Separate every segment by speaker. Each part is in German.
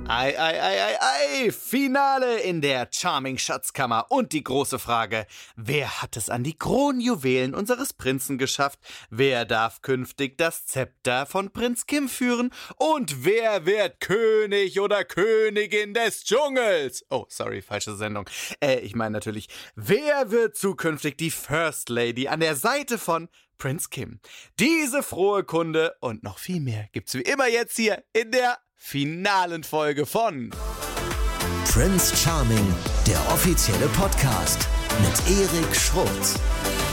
Speaker 1: Ei, ei, ei, ei, ei! Finale in der Charming Schatzkammer. Und die große Frage, wer hat es an die Kronjuwelen unseres Prinzen geschafft? Wer darf künftig das Zepter von Prinz Kim führen? Und wer wird König oder Königin des Dschungels? Oh, sorry, falsche Sendung. Ich meine natürlich, wer wird zukünftig die First Lady an der Seite von Prinz Kim? Diese frohe Kunde und noch viel mehr gibt's wie immer jetzt hier in der finalen Folge von
Speaker 2: Prince Charming, der offizielle Podcast mit Erik Schrotz.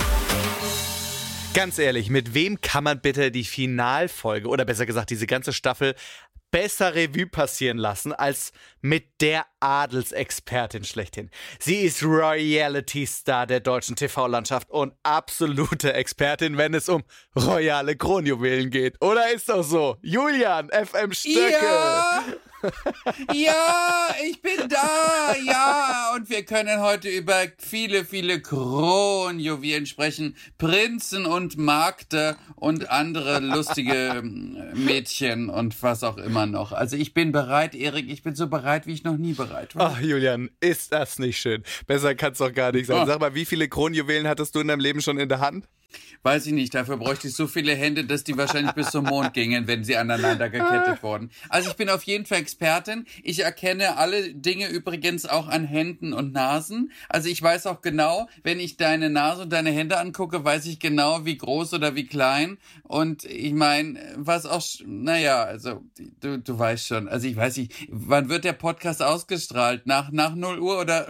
Speaker 1: Ganz ehrlich, mit wem kann man bitte die Finalfolge oder besser gesagt diese ganze Staffel besser Revue passieren lassen als mit der Adelsexpertin schlechthin. Sie ist Royalty-Star der deutschen TV-Landschaft und absolute Expertin, wenn es um royale Kronjuwelen geht. Oder ist doch so? Julian, FM Stöckel.
Speaker 3: Ja, ich bin da, ja. Und wir können heute über viele, viele Kronjuwelen sprechen. Prinzen und Magde und andere lustige Mädchen und was auch immer noch. Also ich bin bereit, Erik, ich bin so bereit, wie ich noch nie bereit war.
Speaker 1: Ach, Julian, ist das nicht schön? Besser kann's doch gar nicht sein. Sag mal, wie viele Kronjuwelen hattest du in deinem Leben schon in der Hand?
Speaker 3: Weiß ich nicht, dafür bräuchte ich so viele Hände, dass die wahrscheinlich bis zum Mond gingen, wenn sie aneinander gekettet wurden. Also ich bin auf jeden Fall Expertin. Ich erkenne alle Dinge übrigens auch an Händen und Nasen. Also ich weiß auch genau, wenn ich deine Nase und deine Hände angucke, weiß ich genau, wie groß oder wie klein. Und ich meine, was auch, naja, also du weißt schon. Also ich weiß nicht, wann wird der Podcast ausgestrahlt? Nach 0 Uhr oder...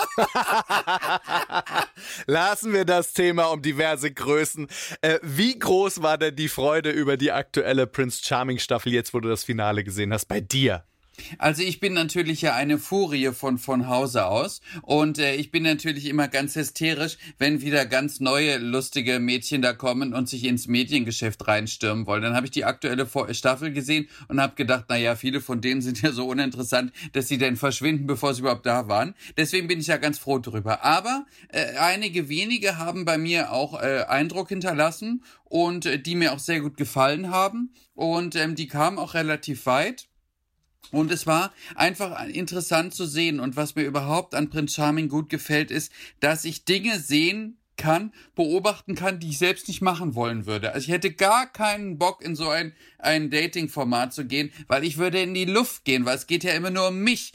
Speaker 1: Lassen wir das Thema um diverse Größen. Wie groß war denn die Freude über die aktuelle Prince Charming Staffel jetzt, wo du das Finale gesehen hast, bei dir?
Speaker 3: Also ich bin natürlich ja eine Furie von Hause aus und ich bin natürlich immer ganz hysterisch, wenn wieder ganz neue lustige Mädchen da kommen und sich ins Mediengeschäft reinstürmen wollen. Dann habe ich die aktuelle Staffel gesehen und habe gedacht, naja, viele von denen sind ja so uninteressant, dass sie dann verschwinden, bevor sie überhaupt da waren. Deswegen bin ich ja ganz froh drüber. Aber einige wenige haben bei mir auch Eindruck hinterlassen und die mir auch sehr gut gefallen haben und die kamen auch relativ weit. Und es war einfach interessant zu sehen. Und was mir überhaupt an Prince Charming gut gefällt, ist, dass ich Dinge sehen kann, beobachten kann, die ich selbst nicht machen wollen würde. Also ich hätte gar keinen Bock, in so ein Dating-Format zu gehen, weil ich würde in die Luft gehen, weil es geht ja immer nur um mich.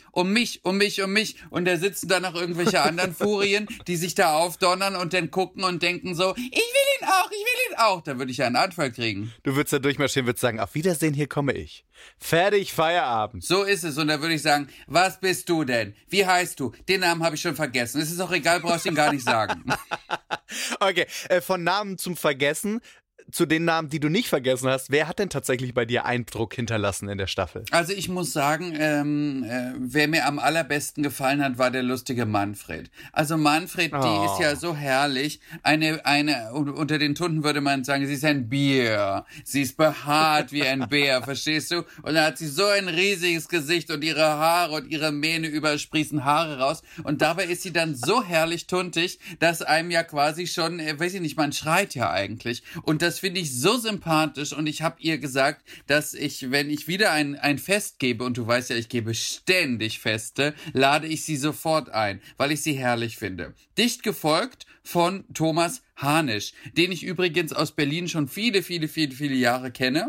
Speaker 3: Und da sitzen dann noch irgendwelche anderen Furien, die sich da aufdonnern und dann gucken und denken so, ich will ihn auch. Da würde ich ja einen Anfall kriegen.
Speaker 1: Du würdest da durchmarschieren, würdest sagen, auf Wiedersehen, hier komme ich. Fertig, Feierabend.
Speaker 3: So ist es. Und da würde ich sagen, was bist du denn? Wie heißt du? Den Namen habe ich schon vergessen. Es ist auch egal, brauchst ihn gar nicht sagen.
Speaker 1: Okay, von Namen zum Vergessen zu den Namen, die du nicht vergessen hast. Wer hat denn tatsächlich bei dir Eindruck hinterlassen in der Staffel?
Speaker 3: Also ich muss sagen, wer mir am allerbesten gefallen hat, war der lustige Manfred. Also Manfred, die ist ja so herrlich. Unter den Tunden würde man sagen, sie ist ein Bier. Sie ist behaart wie ein Bär, verstehst du? Und dann hat sie so ein riesiges Gesicht und ihre Haare und ihre Mähne übersprießen Haare raus. Und dabei ist sie dann so herrlich tuntig, dass einem ja quasi schon, weiß ich nicht, man schreit ja eigentlich. Und das finde ich so sympathisch und ich habe ihr gesagt, dass ich, wenn ich wieder ein Fest gebe, und du weißt ja, ich gebe ständig Feste, lade ich sie sofort ein, weil ich sie herrlich finde. Dicht gefolgt von Thomas Hanisch, den ich übrigens aus Berlin schon viele Jahre kenne.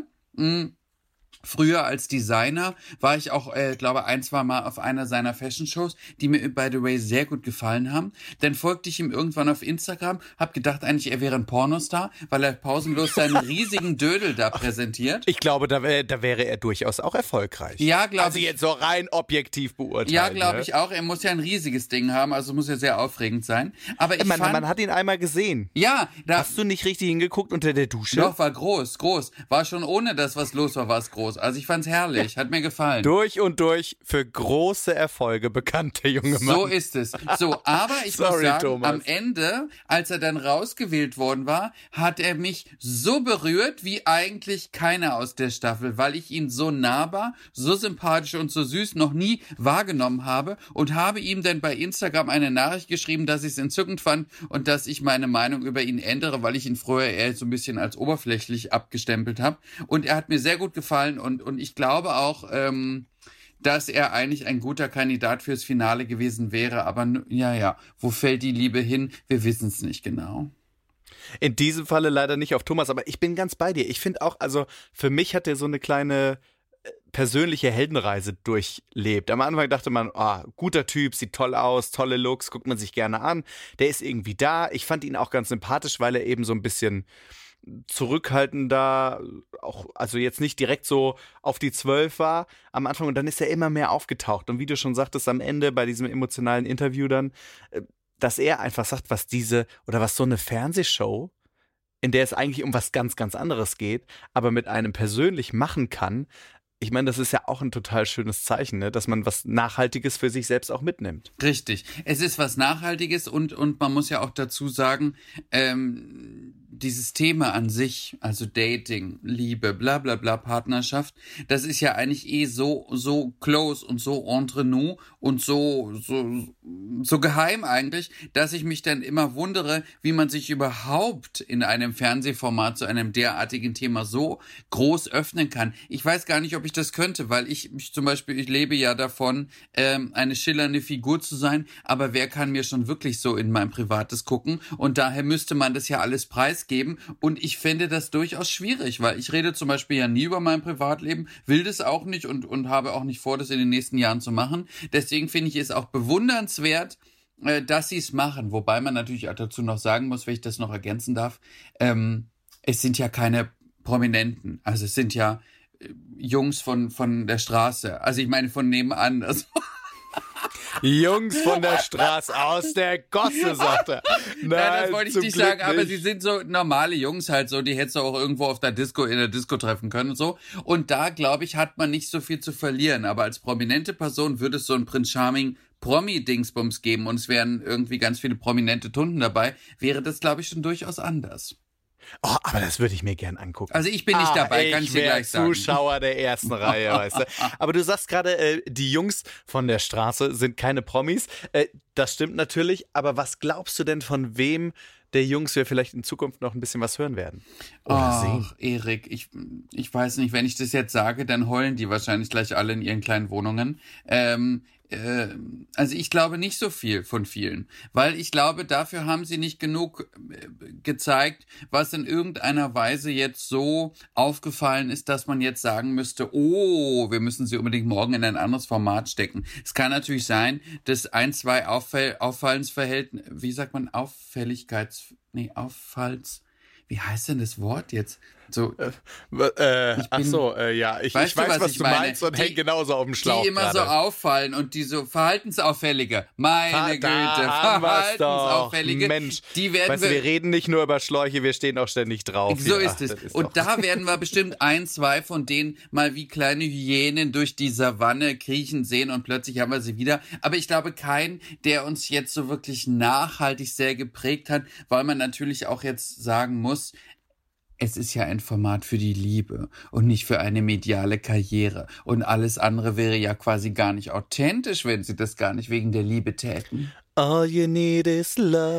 Speaker 3: Früher als Designer war ich auch, glaube 1-2 Mal auf einer seiner Fashion-Shows, die mir, by the way, sehr gut gefallen haben. Dann folgte ich ihm irgendwann auf Instagram, hab gedacht eigentlich, er wäre ein Pornostar, weil er pausenlos seinen riesigen Dödel da präsentiert.
Speaker 1: Ich glaube, da wäre er durchaus auch erfolgreich.
Speaker 3: Ja, glaube ich.
Speaker 1: Also jetzt so rein objektiv beurteilt.
Speaker 3: Ja, glaube ich auch. Er muss ja ein riesiges Ding haben, also muss ja sehr aufregend sein. Aber
Speaker 1: man hat ihn einmal gesehen.
Speaker 3: Ja.
Speaker 1: Hast du nicht richtig hingeguckt unter der Dusche?
Speaker 3: Doch, war groß. War schon ohne das, was los war es groß. Also ich fand's herrlich, hat mir gefallen.
Speaker 1: Durch und durch für große Erfolge bekannt, der junge Mann.
Speaker 3: So ist es. So, aber ich muss sagen, Thomas, am Ende, als er dann rausgewählt worden war, hat er mich so berührt wie eigentlich keiner aus der Staffel, weil ich ihn so nahbar, so sympathisch und so süß noch nie wahrgenommen habe und habe ihm dann bei Instagram eine Nachricht geschrieben, dass ich es entzückend fand und dass ich meine Meinung über ihn ändere, weil ich ihn früher eher so ein bisschen als oberflächlich abgestempelt habe. Und er hat mir sehr gut gefallen und ich glaube auch, dass er eigentlich ein guter Kandidat fürs Finale gewesen wäre. Aber wo fällt die Liebe hin? Wir wissen es nicht genau.
Speaker 1: In diesem Falle leider nicht auf Thomas, aber ich bin ganz bei dir. Ich finde auch, also für mich hat er so eine kleine persönliche Heldenreise durchlebt. Am Anfang dachte man, guter Typ, sieht toll aus, tolle Looks, guckt man sich gerne an. Der ist irgendwie da. Ich fand ihn auch ganz sympathisch, weil er eben so ein bisschen zurückhaltender, auch, also jetzt nicht direkt so auf die 12 war am Anfang, und dann ist er immer mehr aufgetaucht. Und wie du schon sagtest, am Ende bei diesem emotionalen Interview dann, dass er einfach sagt, was so eine Fernsehshow, in der es eigentlich um was ganz, ganz anderes geht, aber mit einem persönlich machen kann. Ich meine, das ist ja auch ein total schönes Zeichen, ne? Dass man was Nachhaltiges für sich selbst auch mitnimmt.
Speaker 3: Richtig. Es ist was Nachhaltiges und man muss ja auch dazu sagen, dieses Thema an sich, also Dating, Liebe, bla bla bla, Partnerschaft, das ist ja eigentlich so close und so entre nous und so geheim eigentlich, dass ich mich dann immer wundere, wie man sich überhaupt in einem Fernsehformat zu einem derartigen Thema so groß öffnen kann. Ich weiß gar nicht, ob ich das könnte, weil ich zum Beispiel, ich lebe ja davon, eine schillernde Figur zu sein, aber wer kann mir schon wirklich so in mein Privates gucken? Und daher müsste man das ja alles preisgeben, und ich fände das durchaus schwierig, weil ich rede zum Beispiel ja nie über mein Privatleben, will das auch nicht und habe auch nicht vor, das in den nächsten Jahren zu machen. Deswegen finde ich es auch bewundernswert, dass sie es machen, wobei man natürlich auch dazu noch sagen muss, wenn ich das noch ergänzen darf, es sind ja keine Prominenten, also es sind ja Jungs von der Straße, also ich meine von nebenan, also
Speaker 1: Jungs von der Straße, aus der Gosse, sagt er.
Speaker 3: Nein, das wollte ich nicht sagen, aber sie sind so normale Jungs halt so, die hättest du auch irgendwo auf der Disco treffen können und so. Und da, glaube ich, hat man nicht so viel zu verlieren. Aber als prominente Person würde es so ein Prince Charming Promi-Dingsbums geben und es wären irgendwie ganz viele prominente Tunden dabei, wäre das, glaube ich, schon durchaus anders.
Speaker 1: Oh, aber das würde ich mir gern angucken.
Speaker 3: Also ich bin nicht dabei, kann ich dir gleich sagen.
Speaker 1: Zuschauer der ersten Reihe, weißt du. Aber du sagst gerade, die Jungs von der Straße sind keine Promis. Das stimmt natürlich, aber was glaubst du denn, von wem der Jungs wir vielleicht in Zukunft noch ein bisschen was hören werden? Oder sehen?
Speaker 3: Erik, ich weiß nicht, wenn ich das jetzt sage, dann heulen die wahrscheinlich gleich alle in ihren kleinen Wohnungen. Also ich glaube nicht so viel von vielen, weil ich glaube, dafür haben sie nicht genug gezeigt, was in irgendeiner Weise jetzt so aufgefallen ist, dass man jetzt sagen müsste, wir müssen sie unbedingt morgen in ein anderes Format stecken. Es kann natürlich sein, dass zwei Auffallensverhältnisse, wie sagt man, wie heißt denn das Wort jetzt? So,
Speaker 1: ich weiß, was du meinst und häng genauso auf dem Schlauch.
Speaker 3: Die immer
Speaker 1: grade
Speaker 3: so auffallen und die so verhaltensauffällige, meine Güte, verhaltensauffällige.
Speaker 1: Mensch,
Speaker 3: die werden
Speaker 1: wir reden nicht nur über Schläuche, wir stehen auch ständig drauf.
Speaker 3: So ist es. Und da werden wir bestimmt 1, 2 von denen mal wie kleine Hyänen durch die Savanne kriechen sehen und plötzlich haben wir sie wieder. Aber ich glaube keinen, der uns jetzt so wirklich nachhaltig sehr geprägt hat, weil man natürlich auch jetzt sagen muss, es ist ja ein Format für die Liebe und nicht für eine mediale Karriere. Und alles andere wäre ja quasi gar nicht authentisch, wenn sie das gar nicht wegen der Liebe täten.
Speaker 1: All you need is love.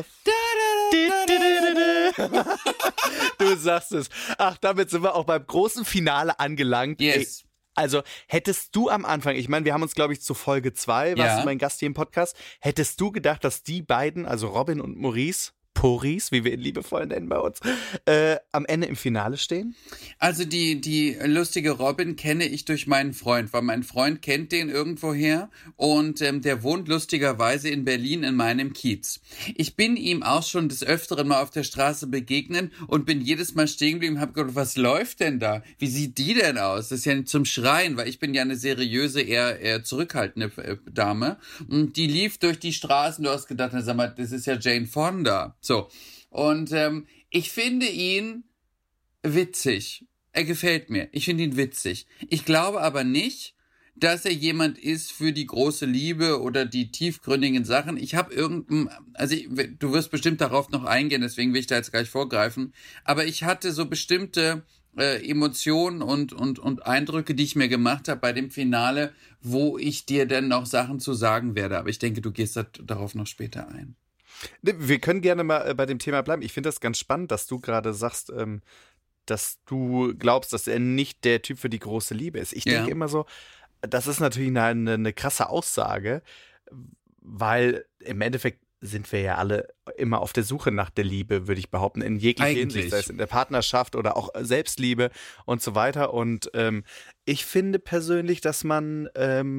Speaker 1: Du sagst es. Ach, damit sind wir auch beim großen Finale angelangt.
Speaker 3: Yes.
Speaker 1: Also hättest du am Anfang, ich meine, wir haben uns, glaube ich, zu Folge 2, warst du mein Gast hier im Podcast, hättest du gedacht, dass die beiden, also Robin und Maurice, wie wir ihn liebevoll nennen bei uns, am Ende im Finale stehen?
Speaker 3: Also die lustige Robin kenne ich durch meinen Freund, weil mein Freund kennt den irgendwoher und der wohnt lustigerweise in Berlin in meinem Kiez. Ich bin ihm auch schon des Öfteren mal auf der Straße begegnet und bin jedes Mal stehen geblieben und habe gedacht, was läuft denn da? Wie sieht die denn aus? Das ist ja nicht zum Schreien, weil ich bin ja eine seriöse, eher zurückhaltende Dame. Und die lief durch die Straßen, du hast gedacht, na, sag mal, das ist ja Jane Fonda. So, und ich finde ihn witzig. Er gefällt mir. Ich finde ihn witzig. Ich glaube aber nicht, dass er jemand ist für die große Liebe oder die tiefgründigen Sachen. Ich habe du wirst bestimmt darauf noch eingehen, deswegen will ich da jetzt gleich vorgreifen. Aber ich hatte so bestimmte Emotionen und Eindrücke, die ich mir gemacht habe bei dem Finale, wo ich dir dann noch Sachen zu sagen werde. Aber ich denke, du gehst darauf noch später ein.
Speaker 1: Wir können gerne mal bei dem Thema bleiben. Ich finde das ganz spannend, dass du gerade sagst, dass du glaubst, dass er nicht der Typ für die große Liebe ist. Ich denke immer so, das ist natürlich eine krasse Aussage, weil im Endeffekt sind wir ja alle immer auf der Suche nach der Liebe, würde ich behaupten, in jeglicher Hinsicht, sei es in der Partnerschaft oder auch Selbstliebe und so weiter. Und ich finde persönlich, dass man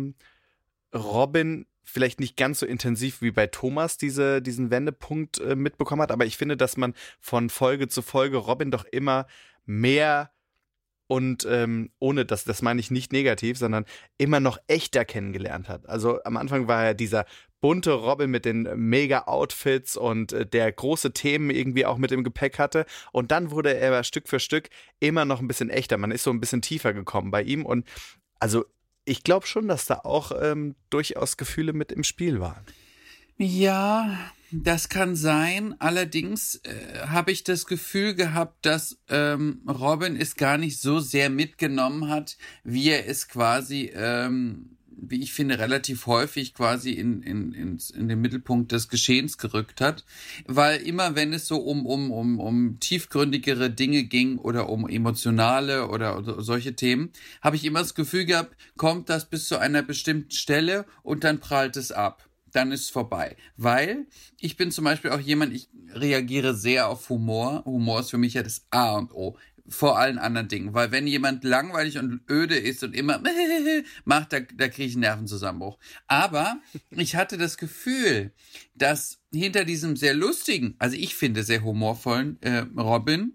Speaker 1: Robin vielleicht nicht ganz so intensiv wie bei Thomas diesen Wendepunkt mitbekommen hat, aber ich finde, dass man von Folge zu Folge Robin doch immer mehr und ohne das meine ich nicht negativ, sondern immer noch echter kennengelernt hat. Also am Anfang war er dieser bunte Robin mit den Mega-Outfits und der große Themen irgendwie auch mit im Gepäck hatte. Und dann wurde er Stück für Stück immer noch ein bisschen echter. Man ist so ein bisschen tiefer gekommen bei ihm. Und also ich glaube schon, dass da auch durchaus Gefühle mit im Spiel waren.
Speaker 3: Ja, das kann sein. Allerdings habe ich das Gefühl gehabt, dass Robin es gar nicht so sehr mitgenommen hat, wie er es quasi, wie ich finde, relativ häufig quasi in den Mittelpunkt des Geschehens gerückt hat. Weil immer, wenn es so um tiefgründigere Dinge ging oder um emotionale oder solche Themen, habe ich immer das Gefühl gehabt, kommt das bis zu einer bestimmten Stelle und dann prallt es ab. Dann ist es vorbei. Weil ich bin zum Beispiel auch jemand, ich reagiere sehr auf Humor. Humor ist für mich ja das A und O. Vor allen anderen Dingen. Weil wenn jemand langweilig und öde ist und immer macht, da kriege ich einen Nervenzusammenbruch. Aber ich hatte das Gefühl, dass hinter diesem sehr lustigen, also ich finde sehr humorvollen Robin,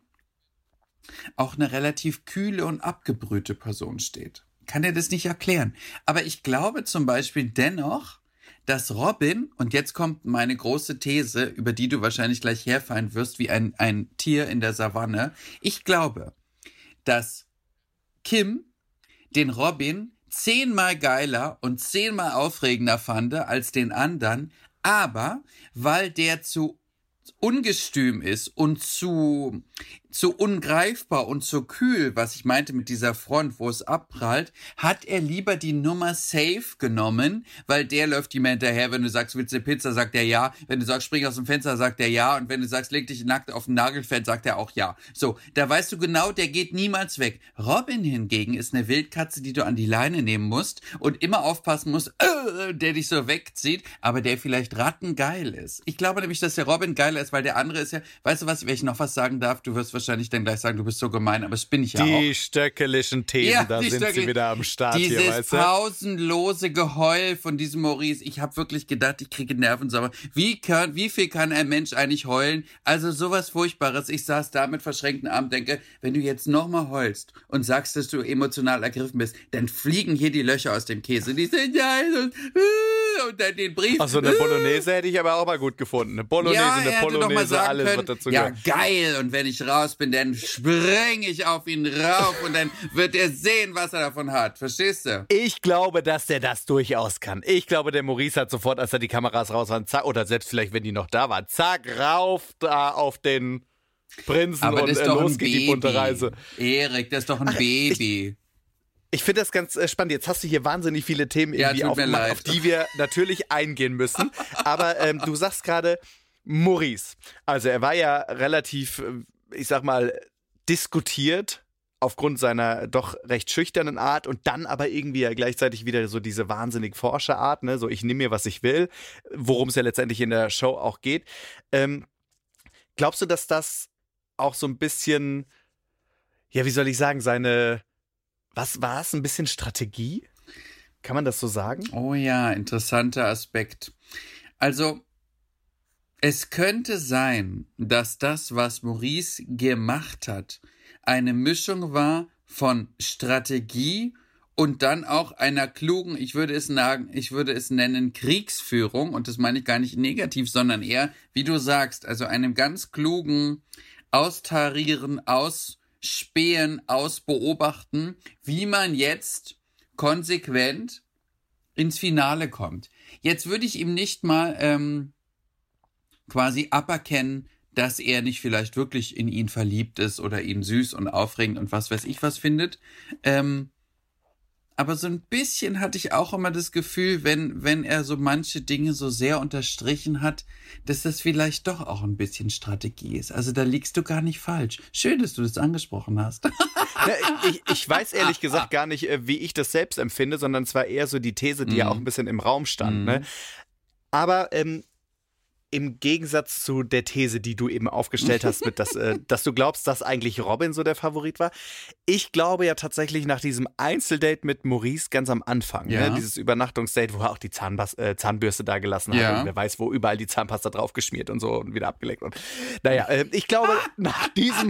Speaker 3: auch eine relativ kühle und abgebrühte Person steht. Kann er das nicht erklären. Aber ich glaube zum Beispiel dennoch, dass Robin, und jetzt kommt meine große These, über die du wahrscheinlich gleich herfallen wirst, wie ein Tier in der Savanne. Ich glaube, dass Kim den Robin 10-mal geiler und 10-mal aufregender fand als den anderen, aber weil der zu ungestüm ist und zu ungreifbar und zu kühl, was ich meinte mit dieser Front, wo es abprallt, hat er lieber die Nummer safe genommen, weil der läuft ihm hinterher. Wenn du sagst, willst du eine Pizza, sagt er ja. Wenn du sagst, spring aus dem Fenster, sagt er ja. Und wenn du sagst, leg dich nackt auf ein Nagelfeld, sagt er auch ja. So, da weißt du genau, der geht niemals weg. Robin hingegen ist eine Wildkatze, die du an die Leine nehmen musst und immer aufpassen musst, der dich so wegzieht, aber der vielleicht rattengeil ist. Ich glaube nämlich, dass der Robin geiler ist, weil der andere ist ja, weißt du was, wenn ich noch was sagen darf, du wirst wahrscheinlich dann gleich sagen, du bist so gemein, aber das bin ich ja auch.
Speaker 1: Die stöckelischen Thesen, da sind sie wieder am Start hier, weißt du?
Speaker 3: Dieses pausenlose Geheul von diesem Maurice, ich habe wirklich gedacht, ich kriege Nervensauer. Wie viel kann ein Mensch eigentlich heulen? Also sowas Furchtbares. Ich saß da mit verschränkten Armen, denke, wenn du jetzt nochmal heulst und sagst, dass du emotional ergriffen bist, dann fliegen hier die Löcher aus dem Käse. Die sind ja und dann den Brief.
Speaker 1: Ach so, eine Bolognese hätte ich aber auch mal gut gefunden. Eine Bolognese,
Speaker 3: ja,
Speaker 1: eine Polonaise, alles
Speaker 3: können,
Speaker 1: wird dazu
Speaker 3: ja,
Speaker 1: gehört.
Speaker 3: geil. Und wenn ich raus bin, dann spring ich auf ihn rauf und dann wird er sehen, was er davon hat. Verstehst du?
Speaker 1: Ich glaube, dass der das durchaus kann. Ich glaube, der Maurice hat sofort, als er die Kameras raus waren, zack, oder selbst vielleicht, wenn die noch da waren, zack, rauf da auf den Prinzen
Speaker 3: aber
Speaker 1: und
Speaker 3: das ist doch
Speaker 1: los geht die bunte Reise.
Speaker 3: Erik, das ist doch ein Baby.
Speaker 1: Ich finde das ganz spannend. Jetzt hast du hier wahnsinnig viele Themen irgendwie aufgemacht, auf die wir natürlich eingehen müssen. Aber du sagst gerade Maurice. Also er war ja relativ, ich sag mal, diskutiert aufgrund seiner doch recht schüchternen Art und dann aber irgendwie ja gleichzeitig wieder so diese wahnsinnig Forscherart, ne? So ich nehme mir, was ich will, worum es ja letztendlich in der Show auch geht. Glaubst du, dass das auch so ein bisschen, ja, wie soll ich sagen, was war es, ein bisschen Strategie? Kann man das so sagen?
Speaker 3: Oh ja, interessanter Aspekt. Also, es könnte sein, dass das, was Maurice gemacht hat, eine Mischung war von Strategie und dann auch einer klugen, ich würde es nennen, Kriegsführung. Und das meine ich gar nicht negativ, sondern eher, wie du sagst, also einem ganz klugen Austarieren, Ausspähen, Ausbeobachten, wie man jetzt konsequent ins Finale kommt. Jetzt würde ich ihm nicht mal quasi aberkennen, dass er nicht vielleicht wirklich in ihn verliebt ist oder ihn süß und aufregend und was weiß ich was findet. Aber so ein bisschen hatte ich auch immer das Gefühl, wenn er so manche Dinge so sehr unterstrichen hat, dass das vielleicht doch auch ein bisschen Strategie ist. Also da liegst du gar nicht falsch. Schön, dass du das angesprochen hast.
Speaker 1: Ja, ich weiß ehrlich gesagt gar nicht, wie ich das selbst empfinde, sondern es war eher so die These, die ja auch ein bisschen im Raum stand. Ne? Aber im Gegensatz zu der These, die du eben aufgestellt hast, mit dass du glaubst, dass eigentlich Robin so der Favorit war. Ich glaube ja tatsächlich nach diesem Einzeldate mit Maurice ganz am Anfang, ne, dieses Übernachtungsdate, wo er auch die Zahnbürste da gelassen hat und wer weiß, wo überall die Zahnpasta draufgeschmiert und so und wieder abgeleckt. Und naja, ich glaube, nach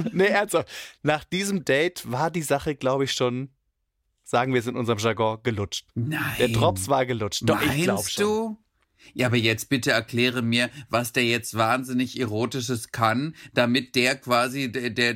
Speaker 1: diesem Date war die Sache, glaube ich, schon, sagen wir es in unserem Jargon, gelutscht.
Speaker 3: Nein.
Speaker 1: Der Drops war gelutscht. Doch, ich glaube schon.
Speaker 3: Du? Ja, aber jetzt bitte erkläre mir, was der jetzt wahnsinnig Erotisches kann, damit der quasi,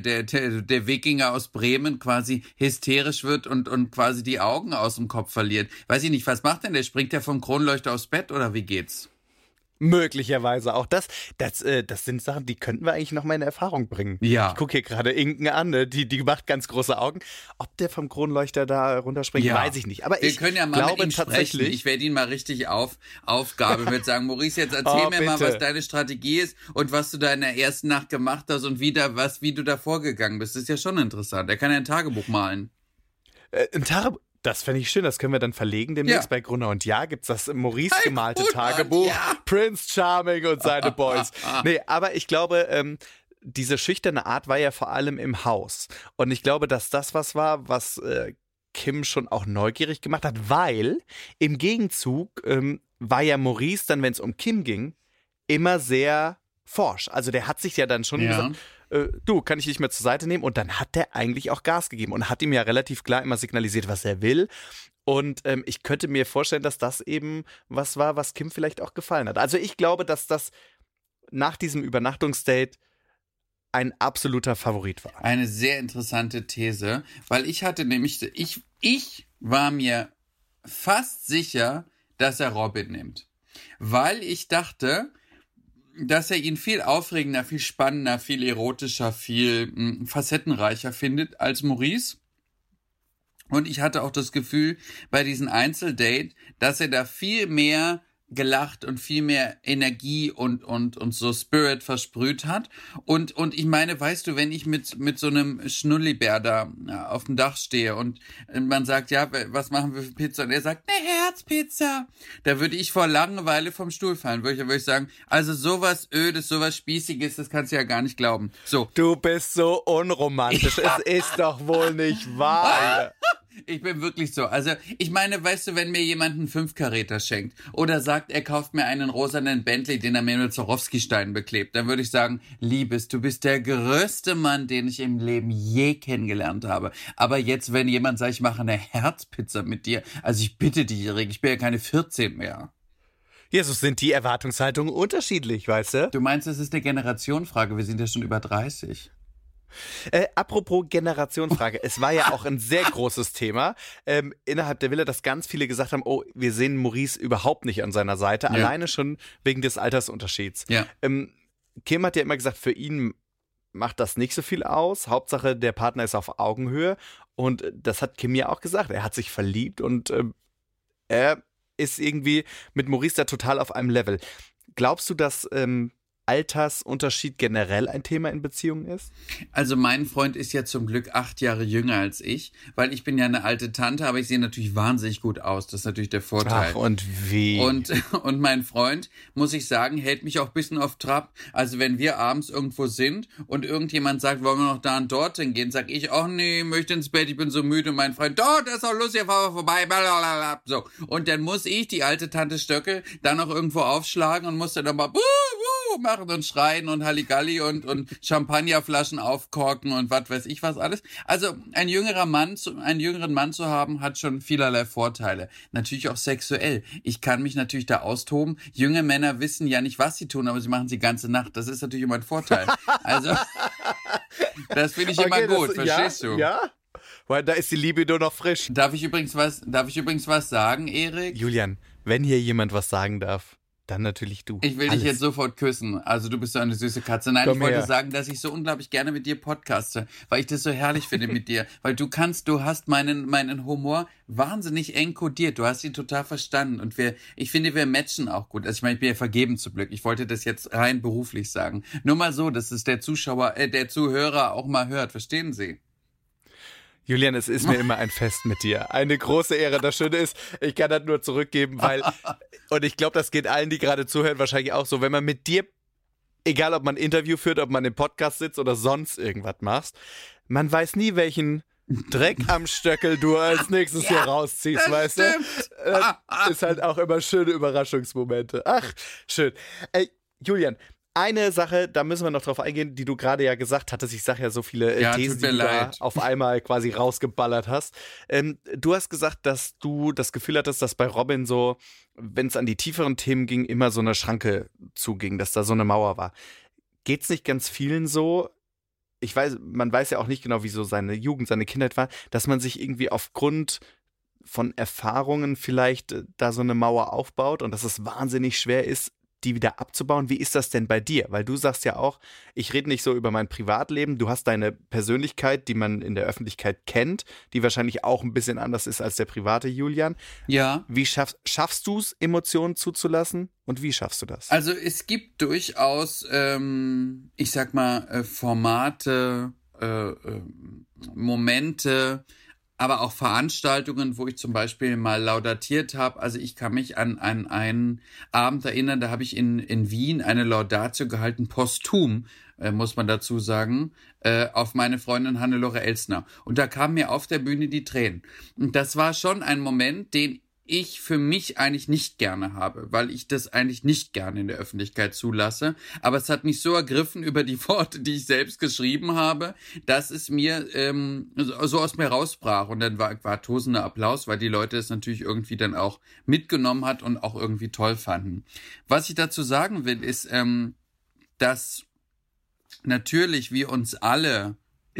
Speaker 3: der Wikinger aus Bremen quasi hysterisch wird und quasi die Augen aus dem Kopf verliert. Weiß ich nicht, was macht denn der? Springt der vom Kronleuchter aufs Bett oder wie geht's?
Speaker 1: Möglicherweise auch das sind Sachen, die könnten wir eigentlich noch mal in Erfahrung bringen.
Speaker 3: Ja.
Speaker 1: Ich gucke hier gerade Inken an, ne? Die macht ganz große Augen. Ob der vom Kronleuchter da runterspringt, weiß ich nicht. Aber
Speaker 3: wir können ja mal mit ihm sprechen. Ich werde ihn mal richtig Aufgabe mit sagen, Maurice, jetzt erzähl mir mal, was deine Strategie ist und was du da in der ersten Nacht gemacht hast und wie du da vorgegangen bist. Das ist ja schon interessant. Er kann ja ein Tagebuch malen.
Speaker 1: Ein Tagebuch? Das fände ich schön, das können wir dann verlegen demnächst. Bei Gruner und Jahr gibt's das Maurice gemalte Tagebuch, Prince Charming und seine Boys. Nee, aber ich glaube, diese schüchterne Art war ja vor allem im Haus. Und ich glaube, dass das was war, was Kim schon auch neugierig gemacht hat, weil im Gegenzug war ja Maurice dann, wenn es um Kim ging, immer sehr forsch. Also der hat sich ja dann schon gesagt, du, kann ich dich mal zur Seite nehmen? Und dann hat der eigentlich auch Gas gegeben und hat ihm ja relativ klar immer signalisiert, was er will. Und ich könnte mir vorstellen, dass das eben was war, was Kim vielleicht auch gefallen hat. Also ich glaube, dass das nach diesem Übernachtungsdate ein absoluter Favorit war.
Speaker 3: Eine sehr interessante These, weil ich hatte nämlich, ich war mir fast sicher, dass er Robin nimmt. Weil ich dachte, dass er ihn viel aufregender, viel spannender, viel erotischer, viel facettenreicher findet als Maurice. Und ich hatte auch das Gefühl bei diesem Einzeldate, dass er da viel mehr gelacht und viel mehr Energie und so Spirit versprüht hat. Und ich meine, weißt du, wenn ich mit so einem Schnullibär da auf dem Dach stehe und man sagt, ja, was machen wir für Pizza? Und er sagt, eine Herzpizza. Da würde ich vor Langeweile vom Stuhl fallen. Würde ich sagen, also sowas Ödes, sowas Spießiges, das kannst du ja gar nicht glauben. So.
Speaker 1: Du bist so unromantisch. Es ist doch wohl nicht wahr.
Speaker 3: Ich bin wirklich so. Also, ich meine, weißt du, wenn mir jemand einen 5-Karäter schenkt oder sagt, er kauft mir einen rosanen Bentley, den er mir mit Swarovski-Steinen beklebt, dann würde ich sagen, Liebes, du bist der größte Mann, den ich im Leben je kennengelernt habe. Aber jetzt, wenn jemand sagt, ich mache eine Herzpizza mit dir, also ich bitte dich, Erik, ich bin ja keine 14 mehr.
Speaker 1: Jesus, sind die Erwartungshaltungen unterschiedlich, weißt du?
Speaker 3: Du meinst, es ist eine Generationenfrage, wir sind ja schon über 30.
Speaker 1: Apropos Generationenfrage, es war ja auch ein sehr großes Thema innerhalb der Villa, dass ganz viele gesagt haben, oh, wir sehen Maurice überhaupt nicht an seiner Seite, alleine schon wegen des Altersunterschieds.
Speaker 3: Ja.
Speaker 1: Kim hat ja immer gesagt, für ihn macht das nicht so viel aus, Hauptsache der Partner ist auf Augenhöhe und das hat Kim ja auch gesagt, er hat sich verliebt und er ist irgendwie mit Maurice da total auf einem Level. Glaubst du, dass Altersunterschied generell ein Thema in Beziehungen ist?
Speaker 3: Also mein Freund ist ja zum Glück 8 Jahre jünger als ich, weil ich bin ja eine alte Tante, aber ich sehe natürlich wahnsinnig gut aus. Das ist natürlich der Vorteil.
Speaker 1: Ach, und wie?
Speaker 3: Und mein Freund, muss ich sagen, hält mich auch ein bisschen auf Trab. Also wenn wir abends irgendwo sind und irgendjemand sagt, wollen wir noch da und dorthin gehen, sag ich, oh nee, möchte ins Bett, ich bin so müde. Und mein Freund, doch, das ist auch lustig, fahren wir vorbei. Blablabla. So. Und dann muss ich, die alte Tante Stöckel, dann noch irgendwo aufschlagen und muss dann nochmal machen und schreien und Halligalli und Champagnerflaschen aufkorken und was weiß ich was alles. Also einen jüngeren Mann zu haben, hat schon vielerlei Vorteile. Natürlich auch sexuell. Ich kann mich natürlich da austoben. Junge Männer wissen ja nicht, was sie tun, aber sie machen sie die ganze Nacht. Das ist natürlich immer ein Vorteil. Also, das finde ich immer gut, verstehst du?
Speaker 1: Ja, weil da ist die Libido noch frisch.
Speaker 3: Darf ich übrigens was sagen, Erik?
Speaker 1: Julian, wenn hier jemand was sagen darf, Dann natürlich du.
Speaker 3: Ich will dich jetzt sofort küssen. Also du bist so eine süße Katze. Nein, ich wollte sagen, dass ich so unglaublich gerne mit dir podcaste, weil ich das so herrlich finde mit dir. Weil du hast meinen Humor wahnsinnig eng kodiert. Du hast ihn total verstanden. Und ich finde, wir matchen auch gut. Also ich meine, ich bin ja vergeben zum Glück. Ich wollte das jetzt rein beruflich sagen. Nur mal so, dass es der Zuhörer auch mal hört. Verstehen Sie?
Speaker 1: Julian, es ist mir immer ein Fest mit dir. Eine große Ehre. Das Schöne ist, ich kann das nur zurückgeben, weil, und ich glaube, das geht allen, die gerade zuhören, wahrscheinlich auch so, wenn man mit dir, egal ob man ein Interview führt, ob man im Podcast sitzt oder sonst irgendwas machst, man weiß nie, welchen Dreck am Stöckel du als nächstes hier rausziehst, weißt du? Das ist halt auch immer schöne Überraschungsmomente. Ach, schön. Julian, eine Sache, da müssen wir noch drauf eingehen, die du gerade ja gesagt hattest. Ich sage ja so viele Thesen, die du da auf einmal quasi rausgeballert hast. Du hast gesagt, dass du das Gefühl hattest, dass bei Robin so, wenn es an die tieferen Themen ging, immer so eine Schranke zuging, dass da so eine Mauer war. Geht's nicht ganz vielen so? Man weiß ja auch nicht genau, wie so seine Jugend, seine Kindheit war, dass man sich irgendwie aufgrund von Erfahrungen vielleicht da so eine Mauer aufbaut und dass es wahnsinnig schwer ist, die wieder abzubauen. Wie ist das denn bei dir? Weil du sagst ja auch, ich rede nicht so über mein Privatleben, du hast deine Persönlichkeit, die man in der Öffentlichkeit kennt, die wahrscheinlich auch ein bisschen anders ist als der private Julian.
Speaker 3: Ja.
Speaker 1: Wie schaffst du es, Emotionen zuzulassen und wie schaffst du das?
Speaker 3: Also es gibt durchaus, ich sag mal, Formate, Momente, aber auch Veranstaltungen, wo ich zum Beispiel mal laudatiert habe. Also ich kann mich an einen Abend erinnern, da habe ich in Wien eine Laudatio gehalten, posthum, muss man dazu sagen, auf meine Freundin Hannelore Elsner. Und da kamen mir auf der Bühne die Tränen. Und das war schon ein Moment, den ich für mich eigentlich nicht gerne habe, weil ich das eigentlich nicht gerne in der Öffentlichkeit zulasse. Aber es hat mich so ergriffen über die Worte, die ich selbst geschrieben habe, dass es mir so aus mir rausbrach. Und dann war tosender Applaus, weil die Leute es natürlich irgendwie dann auch mitgenommen hat und auch irgendwie toll fanden. Was ich dazu sagen will, ist, dass natürlich wir uns alle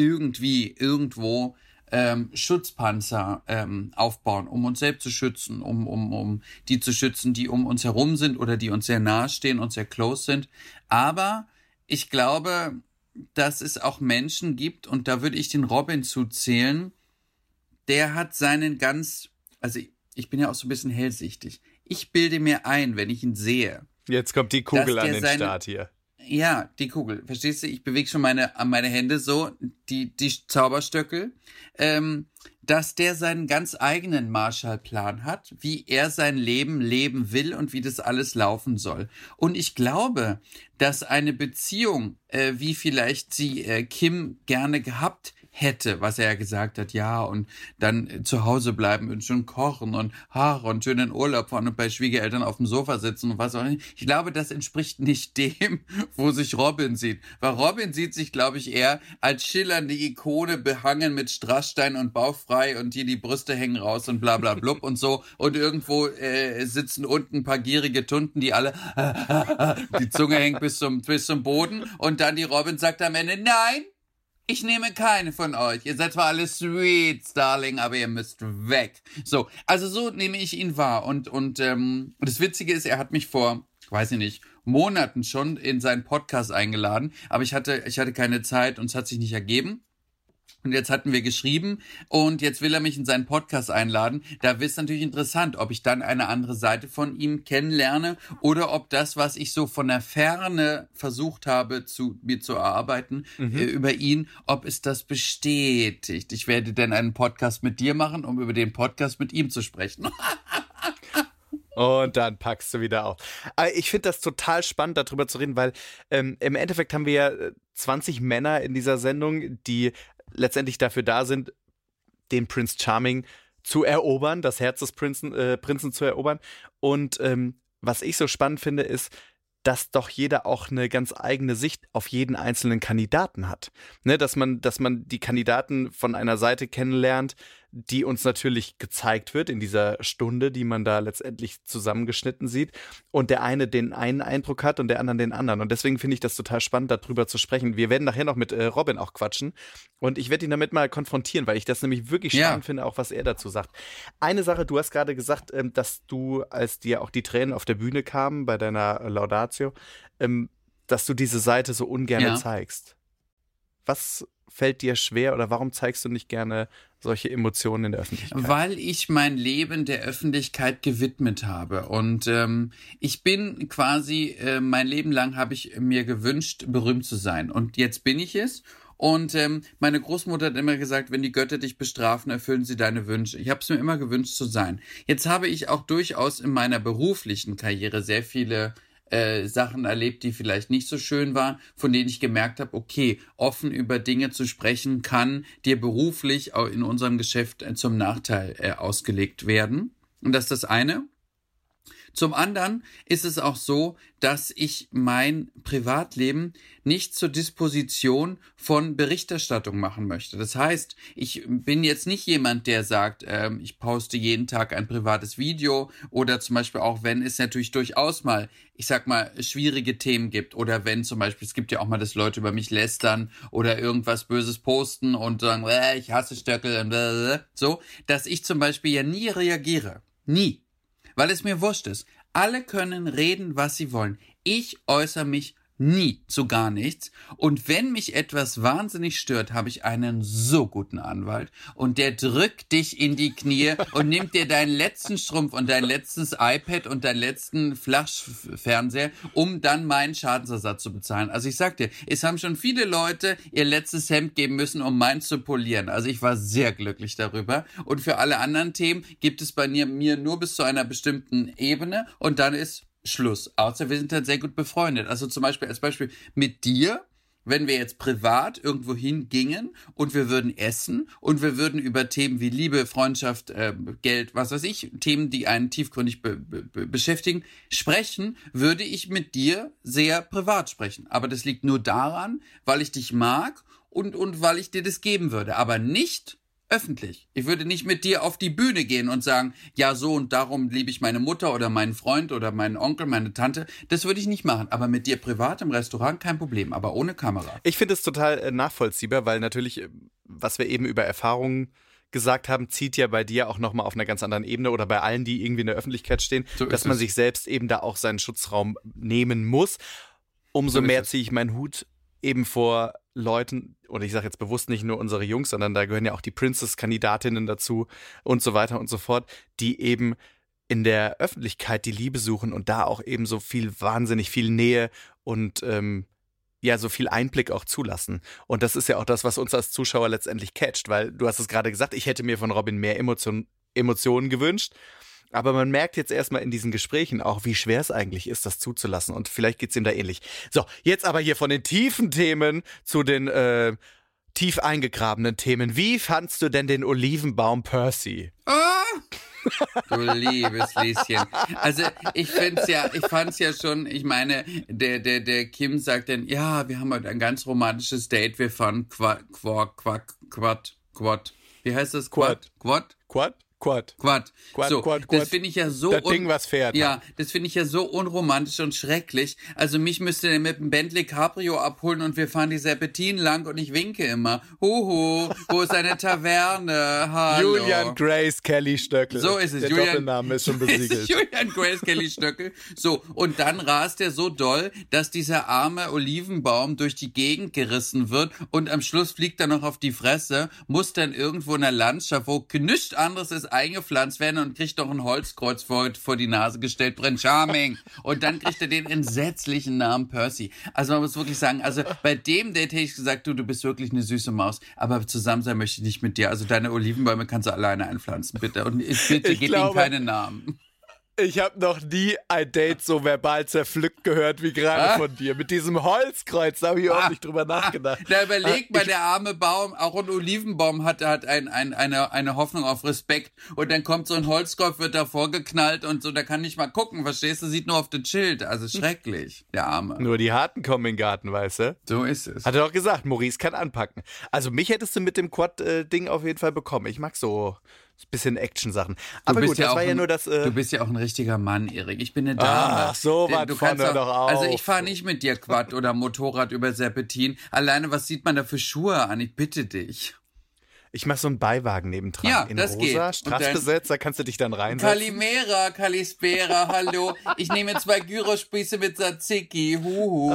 Speaker 3: irgendwo Schutzpanzer aufbauen, um uns selbst zu schützen, um die zu schützen, die um uns herum sind oder die uns sehr nahe stehen und sehr close sind. Aber ich glaube, dass es auch Menschen gibt, und da würde ich den Robin zuzählen, der hat also ich bin ja auch so ein bisschen hellsichtig. Ich bilde mir ein, wenn ich ihn sehe.
Speaker 1: Jetzt kommt die Kugel an den Start hier.
Speaker 3: Ja, die Kugel. Verstehst du? Ich bewege schon meine Hände so, die Zauberstöckel, dass der seinen ganz eigenen Marshallplan hat, wie er sein Leben leben will und wie das alles laufen soll. Und ich glaube, dass eine Beziehung, wie vielleicht sie Kim gerne gehabt hätte, was er ja gesagt hat, ja, und dann zu Hause bleiben und schön kochen und Haare und schön in Urlaub fahren und bei Schwiegereltern auf dem Sofa sitzen und was auch immer. Ich glaube, das entspricht nicht dem, wo sich Robin sieht. Weil Robin sieht sich, glaube ich, eher als schillernde Ikone, behangen mit Strassstein und bauchfrei und die Brüste hängen raus und bla bla blub und so. Und irgendwo sitzen unten ein paar gierige Tunden, die alle die Zunge hängt bis zum Boden. Und dann die Robin sagt am Ende, nein, ich nehme keine von euch. Ihr seid zwar alle sweet, Darling, aber ihr müsst weg. So, also so nehme ich ihn wahr. Und das Witzige ist, er hat mich vor, weiß ich nicht, Monaten schon in seinen Podcast eingeladen, aber ich hatte keine Zeit und es hat sich nicht ergeben. Und jetzt hatten wir geschrieben und jetzt will er mich in seinen Podcast einladen. Da ist natürlich interessant, ob ich dann eine andere Seite von ihm kennenlerne oder ob das, was ich so von der Ferne versucht habe, mir zu erarbeiten über ihn, ob es das bestätigt. Ich werde dann einen Podcast mit dir machen, um über den Podcast mit ihm zu sprechen.
Speaker 1: Und dann packst du wieder auf. Aber ich finde das total spannend, darüber zu reden, weil im Endeffekt haben wir ja 20 Männer in dieser Sendung, die letztendlich dafür da sind, den Prince Charming zu erobern, das Herz des Prinzen zu erobern. Und was ich so spannend finde, ist, dass doch jeder auch eine ganz eigene Sicht auf jeden einzelnen Kandidaten hat. Ne, dass man die Kandidaten von einer Seite kennenlernt, die uns natürlich gezeigt wird in dieser Stunde, die man da letztendlich zusammengeschnitten sieht und der eine den einen Eindruck hat und der andere den anderen. Und deswegen finde ich das total spannend, darüber zu sprechen. Wir werden nachher noch mit Robin auch quatschen und ich werde ihn damit mal konfrontieren, weil ich das nämlich wirklich spannend finde, auch was er dazu sagt. Eine Sache, du hast gerade gesagt, dass du, als dir auch die Tränen auf der Bühne kamen bei deiner Laudatio, dass du diese Seite so ungern zeigst. Was fällt dir schwer oder warum zeigst du nicht gerne solche Emotionen in der Öffentlichkeit?
Speaker 3: Weil ich mein Leben der Öffentlichkeit gewidmet habe und ich bin quasi, mein Leben lang habe ich mir gewünscht, berühmt zu sein und jetzt bin ich es. Und meine Großmutter hat immer gesagt, wenn die Götter dich bestrafen, erfüllen sie deine Wünsche. Ich habe es mir immer gewünscht zu sein. Jetzt habe ich auch durchaus in meiner beruflichen Karriere sehr viele Sachen erlebt, die vielleicht nicht so schön waren, von denen ich gemerkt habe, okay, offen über Dinge zu sprechen, kann dir beruflich auch in unserem Geschäft zum Nachteil ausgelegt werden. Und das ist das eine. Zum anderen ist es auch so, dass ich mein Privatleben nicht zur Disposition von Berichterstattung machen möchte. Das heißt, ich bin jetzt nicht jemand, der sagt, ich poste jeden Tag ein privates Video oder zum Beispiel auch, wenn es natürlich durchaus mal, ich sag mal, schwierige Themen gibt oder wenn zum Beispiel, es gibt ja auch mal, dass Leute über mich lästern oder irgendwas Böses posten und sagen, ich hasse Stöckel und so, dass ich zum Beispiel ja nie reagiere. Nie. Weil es mir wurscht ist. Alle können reden, was sie wollen. Ich äußere mich nie zu gar nichts. Und wenn mich etwas wahnsinnig stört, habe ich einen so guten Anwalt. Und der drückt dich in die Knie und nimmt dir deinen letzten Strumpf und dein letztes iPad und deinen letzten Flachfernseher, um dann meinen Schadensersatz zu bezahlen. Also ich sag dir, es haben schon viele Leute ihr letztes Hemd geben müssen, um meins zu polieren. Also ich war sehr glücklich darüber. Und für alle anderen Themen gibt es bei mir nur bis zu einer bestimmten Ebene und dann ist Schluss. Außer wir sind dann sehr gut befreundet. Also zum Beispiel als Beispiel mit dir, wenn wir jetzt privat irgendwo hingingen und wir würden essen und wir würden über Themen wie Liebe, Freundschaft, Geld, was weiß ich, Themen, die einen tiefgründig beschäftigen, sprechen, würde ich mit dir sehr privat sprechen. Aber das liegt nur daran, weil ich dich mag und weil ich dir das geben würde. Aber nicht öffentlich. Ich würde nicht mit dir auf die Bühne gehen und sagen, ja so und darum liebe ich meine Mutter oder meinen Freund oder meinen Onkel, meine Tante. Das würde ich nicht machen. Aber mit dir privat im Restaurant kein Problem, aber ohne Kamera.
Speaker 1: Ich finde es total nachvollziehbar, weil natürlich, was wir eben über Erfahrungen gesagt haben, zieht ja bei dir auch nochmal auf einer ganz anderen Ebene oder bei allen, die irgendwie in der Öffentlichkeit stehen, so dass man sich selbst eben da auch seinen Schutzraum nehmen muss. Umso mehr ziehe ich meinen Hut eben vor Leuten, oder ich sage jetzt bewusst nicht nur unsere Jungs, sondern da gehören ja auch die Princess-Kandidatinnen dazu und so weiter und so fort, die eben in der Öffentlichkeit die Liebe suchen und da auch eben so viel, wahnsinnig viel Nähe und so viel Einblick auch zulassen. Und das ist ja auch das, was uns als Zuschauer letztendlich catcht, weil du hast es gerade gesagt, ich hätte mir von Robin mehr Emotionen gewünscht. Aber man merkt jetzt erstmal in diesen Gesprächen auch, wie schwer es eigentlich ist, das zuzulassen. Und vielleicht geht's ihm da ähnlich. So, jetzt aber hier von den tiefen Themen zu den tief eingegrabenen Themen. Wie fandst du denn den Olivenbaum Percy?
Speaker 3: Du liebes Lieschen. Also ich fand's ja schon, ich meine, der Kim sagt dann, ja, wir haben heute ein ganz romantisches Date, wir fahren Quad. Wie heißt das? Quad. Das finde ich ja so
Speaker 1: das Ding, was fährt.
Speaker 3: Ja, das finde ich ja so unromantisch und schrecklich. Also mich müsste er mit dem Bentley Cabrio abholen und wir fahren die Serpentinen lang und ich winke immer. Huhu, wo ist eine Taverne? Hallo.
Speaker 1: Julian Grace Kelly Stöckel.
Speaker 3: So ist es.
Speaker 1: Der Doppelname ist schon besiegelt.
Speaker 3: Julian Grace Kelly Stöckel. So, und dann rast er so doll, dass dieser arme Olivenbaum durch die Gegend gerissen wird und am Schluss fliegt er noch auf die Fresse, muss dann irgendwo in der Landschaft, wo nichts anderes ist, eingepflanzt werden und kriegt doch ein Holzkreuz vor die Nase gestellt, Prince Charming. Und dann kriegt er den entsetzlichen Namen Percy. Also man muss wirklich sagen, also bei dem Date hätte ich gesagt, du bist wirklich eine süße Maus, aber zusammen sein möchte ich nicht mit dir. Also deine Olivenbäume kannst du alleine einpflanzen, bitte. Und bitte gib ihm keine Namen.
Speaker 1: Ich habe noch nie ein Date so verbal zerpflückt gehört wie gerade von dir. Mit diesem Holzkreuz, da habe ich überhaupt nicht drüber nachgedacht.
Speaker 3: Da überlegt mal, der arme Baum, auch ein Olivenbaum hat eine Hoffnung auf Respekt. Und dann kommt so ein Holzkreuz, wird davor geknallt und so, da kann nicht mal gucken, verstehst du? Sieht nur auf das Schild. Also schrecklich, der Arme.
Speaker 1: Nur die Harten kommen in den Garten, weißt du?
Speaker 3: So ist es.
Speaker 1: Hat er doch gesagt, Maurice kann anpacken. Also mich hättest du mit dem Quad-Ding auf jeden Fall bekommen. Ich mag so ein bisschen Action-Sachen. Aber gut, das war ja nur das...
Speaker 3: Du bist ja auch ein richtiger Mann, Erik. Ich bin eine Dame.
Speaker 1: Ach, so was von doch auf.
Speaker 3: Also ich fahre nicht mit dir Quad oder Motorrad über Serpentin. Alleine, was sieht man da für Schuhe an? Ich bitte dich.
Speaker 1: Ich mach so einen Beiwagen nebendran.
Speaker 3: Ja,
Speaker 1: in
Speaker 3: das
Speaker 1: rosa,
Speaker 3: geht.
Speaker 1: Straßbesetzt, da kannst du dich dann reinsetzen.
Speaker 3: Kalimera, Kalispera, hallo. Ich nehme 2 Gyrospieße mit Tzatziki. Huhu.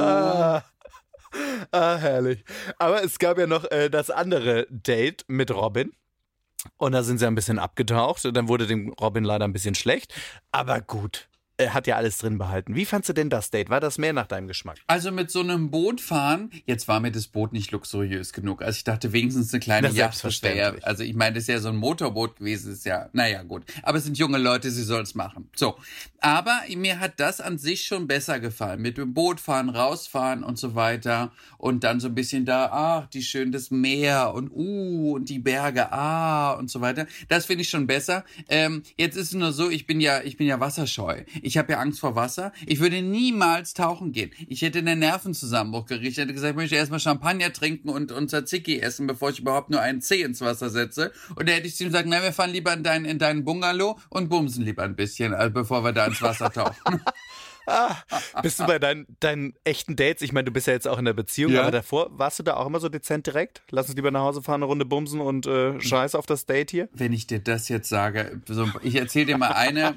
Speaker 1: Herrlich. Aber es gab ja noch das andere Date mit Robin. Und da sind sie ein bisschen abgetaucht. Dann wurde dem Robin leider ein bisschen schlecht. Aber gut, er hat ja alles drin behalten. Wie fandst du denn das Date? War das mehr nach deinem Geschmack?
Speaker 3: Also mit so einem Boot fahren, jetzt war mir das Boot nicht luxuriös genug. Also ich dachte wenigstens eine kleine Yacht. Also ich meine, das ist ja so ein Motorboot gewesen, ist ja, naja gut. Aber es sind junge Leute, sie sollen es machen. So, aber mir hat das an sich schon besser gefallen. Mit dem Boot fahren, rausfahren und so weiter. Und dann so ein bisschen da, die schön das Meer und die Berge, und so weiter. Das finde ich schon besser. Jetzt ist es nur so, ich bin ja wasserscheu. Ich habe ja Angst vor Wasser. Ich würde niemals tauchen gehen. Ich hätte einen Nervenzusammenbruch gekriegt. Ich hätte gesagt, ich möchte erstmal Champagner trinken und Tzatziki essen, bevor ich überhaupt nur einen Zeh ins Wasser setze. Und da hätte ich zu ihm gesagt, nein, wir fahren lieber in deinen Bungalow und bumsen lieber ein bisschen, bevor wir da ins Wasser tauchen.
Speaker 1: Bist du bei deinen echten Dates? Ich meine, du bist ja jetzt auch in der Beziehung,
Speaker 3: ja.
Speaker 1: Aber davor warst du da auch immer so dezent direkt? Lass uns lieber nach Hause fahren, eine Runde bumsen und Scheiß auf das Date hier?
Speaker 3: Wenn ich dir das jetzt sage, ich erzähle dir mal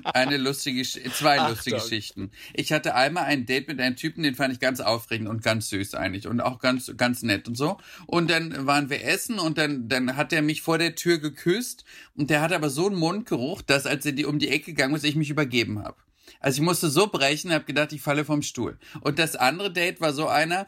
Speaker 3: zwei lustige Geschichten. Ich hatte einmal ein Date mit einem Typen, den fand ich ganz aufregend und ganz süß eigentlich und auch ganz, ganz nett und so. Und dann waren wir essen und dann hat er mich vor der Tür geküsst und der hatte aber so einen Mundgeruch, dass als er um die Ecke gegangen ist, ich mich übergeben habe. Also ich musste so brechen, habe gedacht, ich falle vom Stuhl. Und das andere Date war so einer,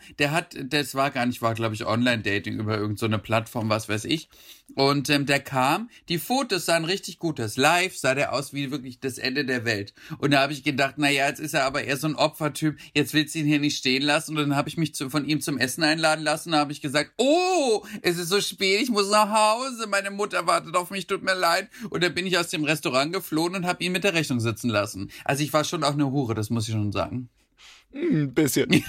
Speaker 3: war glaube ich Online-Dating über irgendeine Plattform, was weiß ich. Und der kam, die Fotos sahen richtig gut aus. Live sah der aus wie wirklich das Ende der Welt. Und da habe ich gedacht, naja, jetzt ist er aber eher so ein Opfertyp, jetzt willst du ihn hier nicht stehen lassen. Und dann habe ich mich von ihm zum Essen einladen lassen. Da habe ich gesagt, es ist so spät, ich muss nach Hause, meine Mutter wartet auf mich, tut mir leid. Und dann bin ich aus dem Restaurant geflohen und habe ihn mit der Rechnung sitzen lassen. Also ich war schon auch eine Hure, das muss ich schon sagen.
Speaker 1: Ein bisschen.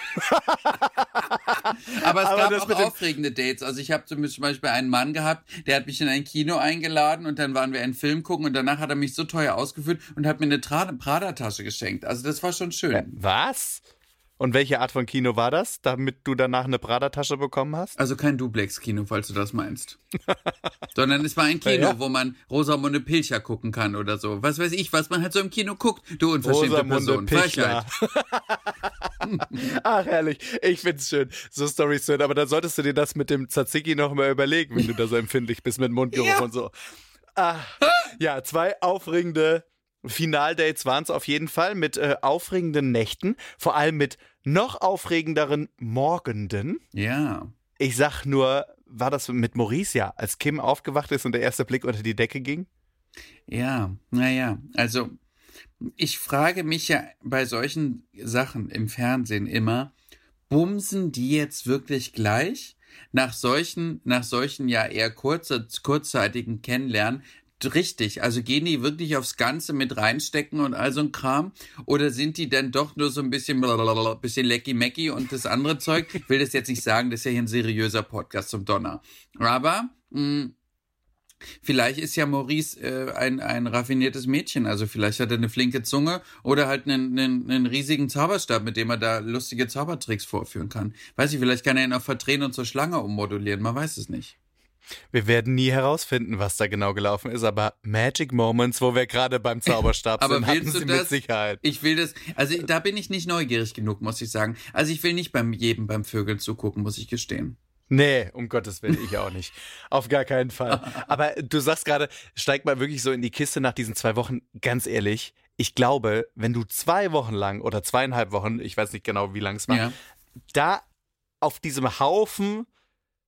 Speaker 3: Aber es gab auch aufregende Dates. Also ich habe zum Beispiel einen Mann gehabt, der hat mich in ein Kino eingeladen und dann waren wir einen Film gucken und danach hat er mich so teuer ausgeführt und hat mir eine Prada-Tasche geschenkt. Also das war schon schön.
Speaker 1: Was? Und welche Art von Kino war das, damit du danach eine Prada-Tasche bekommen hast?
Speaker 3: Also kein Duplex-Kino, falls du das meinst. Sondern es war ein Kino, wo man Rosamunde Pilcher gucken kann oder so. Was weiß ich, was man halt so im Kino guckt. Du unverschämte Person. Frechheit.
Speaker 1: Ach, herrlich. Ich find's schön. So Storys zu hören. Aber dann solltest du dir das mit dem Tzatziki noch mal überlegen, wenn du da so empfindlich bist mit Mundgeruch und so. Ja, 2 aufregende Finaldates waren es auf jeden Fall mit aufregenden Nächten, vor allem mit noch aufregenderen Morgenden.
Speaker 3: Ja.
Speaker 1: Ich sag nur, war das mit Maurice, ja, als Kim aufgewacht ist und der erste Blick unter die Decke ging?
Speaker 3: Ja, naja, also ich frage mich ja bei solchen Sachen im Fernsehen immer, bumsen die jetzt wirklich gleich? Nach solchen ja eher kurzzeitigen Kennenlernen, richtig, also gehen die wirklich aufs Ganze mit reinstecken und all so ein Kram? Oder sind die dann doch nur so ein bisschen lecky-mecky und das andere Zeug? Ich will das jetzt nicht sagen, das ist ja hier ein seriöser Podcast zum Donner. Aber vielleicht ist ja Maurice ein raffiniertes Mädchen, also vielleicht hat er eine flinke Zunge oder halt einen riesigen Zauberstab, mit dem er da lustige Zaubertricks vorführen kann. Weiß ich, vielleicht kann er ihn auch verdrehen und zur Schlange ummodulieren, man weiß es nicht.
Speaker 1: Wir werden nie herausfinden, was da genau gelaufen ist, aber Magic Moments, wo wir gerade beim Zauberstab sind, hatten sie mit Sicherheit.
Speaker 3: Ich will das, also da bin ich nicht neugierig genug, muss ich sagen. Also ich will nicht beim Vögeln zugucken, muss ich gestehen.
Speaker 1: Nee, um Gottes Willen, ich auch nicht. Auf gar keinen Fall. Aber du sagst gerade, steig mal wirklich so in die Kiste nach diesen 2 Wochen. Ganz ehrlich, ich glaube, wenn du 2 Wochen lang oder 2,5 Wochen, ich weiß nicht genau, wie lang es war, da auf diesem Haufen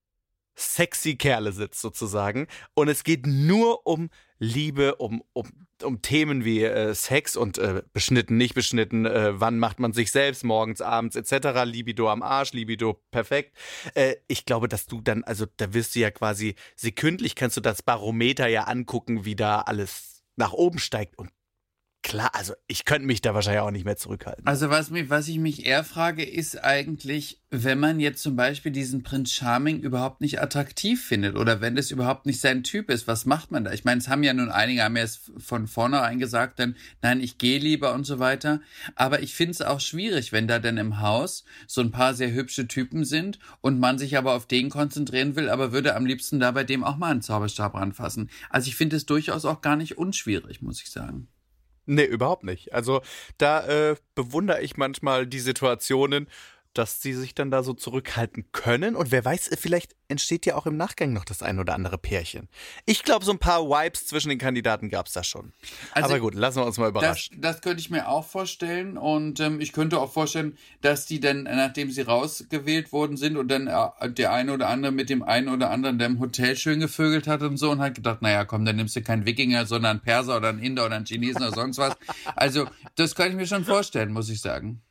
Speaker 1: sexy Kerle sitzt sozusagen und es geht nur um Liebe, um um Themen wie Sex und beschnitten, nicht beschnitten, wann macht man sich selbst, morgens, abends etc., Libido am Arsch, Libido perfekt. Ich glaube, dass du dann, also da wirst du ja quasi sekündlich, kannst du das Barometer ja angucken, wie da alles nach oben steigt und klar, also ich könnte mich da wahrscheinlich auch nicht mehr zurückhalten.
Speaker 3: Also was ich mich eher frage, ist eigentlich, wenn man jetzt zum Beispiel diesen Prinz Charming überhaupt nicht attraktiv findet oder wenn das überhaupt nicht sein Typ ist, was macht man da? Ich meine, es haben ja nun einige, haben ja es von vornherein gesagt, dann nein, ich gehe lieber und so weiter. Aber ich finde es auch schwierig, wenn da dann im Haus so ein paar sehr hübsche Typen sind und man sich aber auf den konzentrieren will, aber würde am liebsten da bei dem auch mal einen Zauberstab ranfassen. Also ich finde es durchaus auch gar nicht unschwierig, muss ich sagen.
Speaker 1: Nee, überhaupt nicht. Also da bewundere ich manchmal die Situationen, dass sie sich dann da so zurückhalten können. Und wer weiß, vielleicht entsteht ja auch im Nachgang noch das ein oder andere Pärchen. Ich glaube, so ein paar Vibes zwischen den Kandidaten gab es da schon. Also, aber gut, lassen wir uns mal überraschen.
Speaker 3: Das könnte ich mir auch vorstellen. Und ich könnte auch vorstellen, dass die dann, nachdem sie rausgewählt worden sind und dann der eine oder andere mit dem einen oder anderen, der im Hotel schön gevögelt hat und so und hat gedacht, naja, komm, dann nimmst du keinen Wikinger, sondern einen Perser oder einen Inder oder einen Chinesen oder sonst was. Also das könnte ich mir schon vorstellen, muss ich sagen.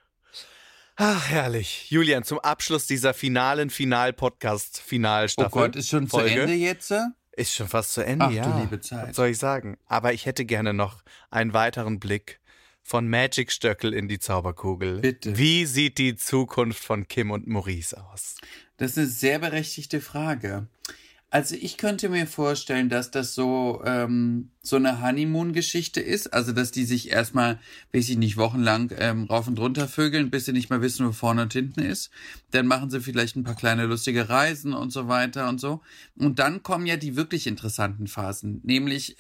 Speaker 1: Ach, herrlich. Julian, zum Abschluss dieser Final-Podcast-Finalstaffel.
Speaker 3: Oh Gott, ist schon Folge zu Ende jetzt?
Speaker 1: Ist schon fast zu Ende, ja.
Speaker 3: Ach, du liebe Zeit.
Speaker 1: Was soll ich sagen? Aber ich hätte gerne noch einen weiteren Blick von Magic Stöckel in die Zauberkugel. Bitte. Wie sieht die Zukunft von Kim und Maurice aus?
Speaker 3: Das ist eine sehr berechtigte Frage. Also ich könnte mir vorstellen, dass das so eine Honeymoon-Geschichte ist. Also dass die sich erstmal, weiß ich nicht, wochenlang rauf und runter vögeln, bis sie nicht mehr wissen, wo vorne und hinten ist. Dann machen sie vielleicht ein paar kleine lustige Reisen und so weiter und so. Und dann kommen ja die wirklich interessanten Phasen. Nämlich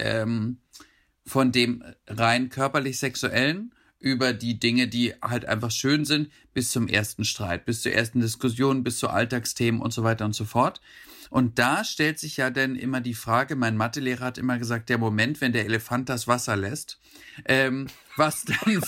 Speaker 3: von dem rein körperlich-sexuellen über die Dinge, die halt einfach schön sind, bis zum ersten Streit, bis zur ersten Diskussion, bis zu Alltagsthemen und so weiter und so fort. Und da stellt sich ja dann immer die Frage, mein Mathelehrer hat immer gesagt, der Moment, wenn der Elefant das Wasser lässt, was dann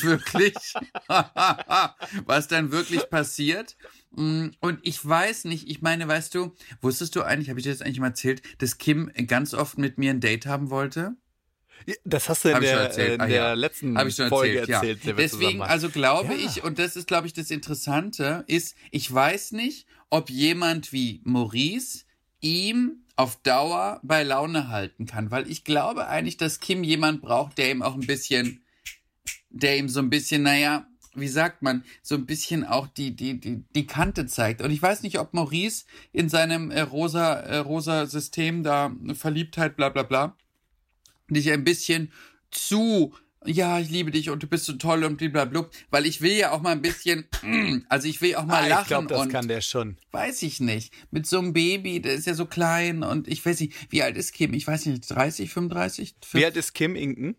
Speaker 3: wirklich passiert. Und ich weiß nicht, ich meine, weißt du, wusstest du eigentlich, habe ich dir das eigentlich mal erzählt, dass Kim ganz oft mit mir ein Date haben wollte?
Speaker 1: Das hast du in der letzten Folge erzählt.
Speaker 3: Ja. Deswegen, also glaube ich, und das ist, glaube ich, das Interessante, ist, ich weiß nicht, ob jemand wie Maurice ihm auf Dauer bei Laune halten kann, weil ich glaube eigentlich, dass Kim jemand braucht, der ihm so ein bisschen, naja, wie sagt man, so ein bisschen auch die Kante zeigt. Und ich weiß nicht, ob Maurice in seinem rosa System da Verliebtheit, bla bla bla, dich ein bisschen zu, ja, ich liebe dich und du bist so toll und blablabla, weil ich will ja auch mal ein bisschen, also ich will auch mal lachen.
Speaker 1: Ich glaube, das kann der schon.
Speaker 3: Weiß ich nicht. Mit so einem Baby, der ist ja so klein und ich weiß nicht, wie alt ist Kim? Ich weiß nicht, 30, 35?
Speaker 1: Wie alt ist Kim Inken?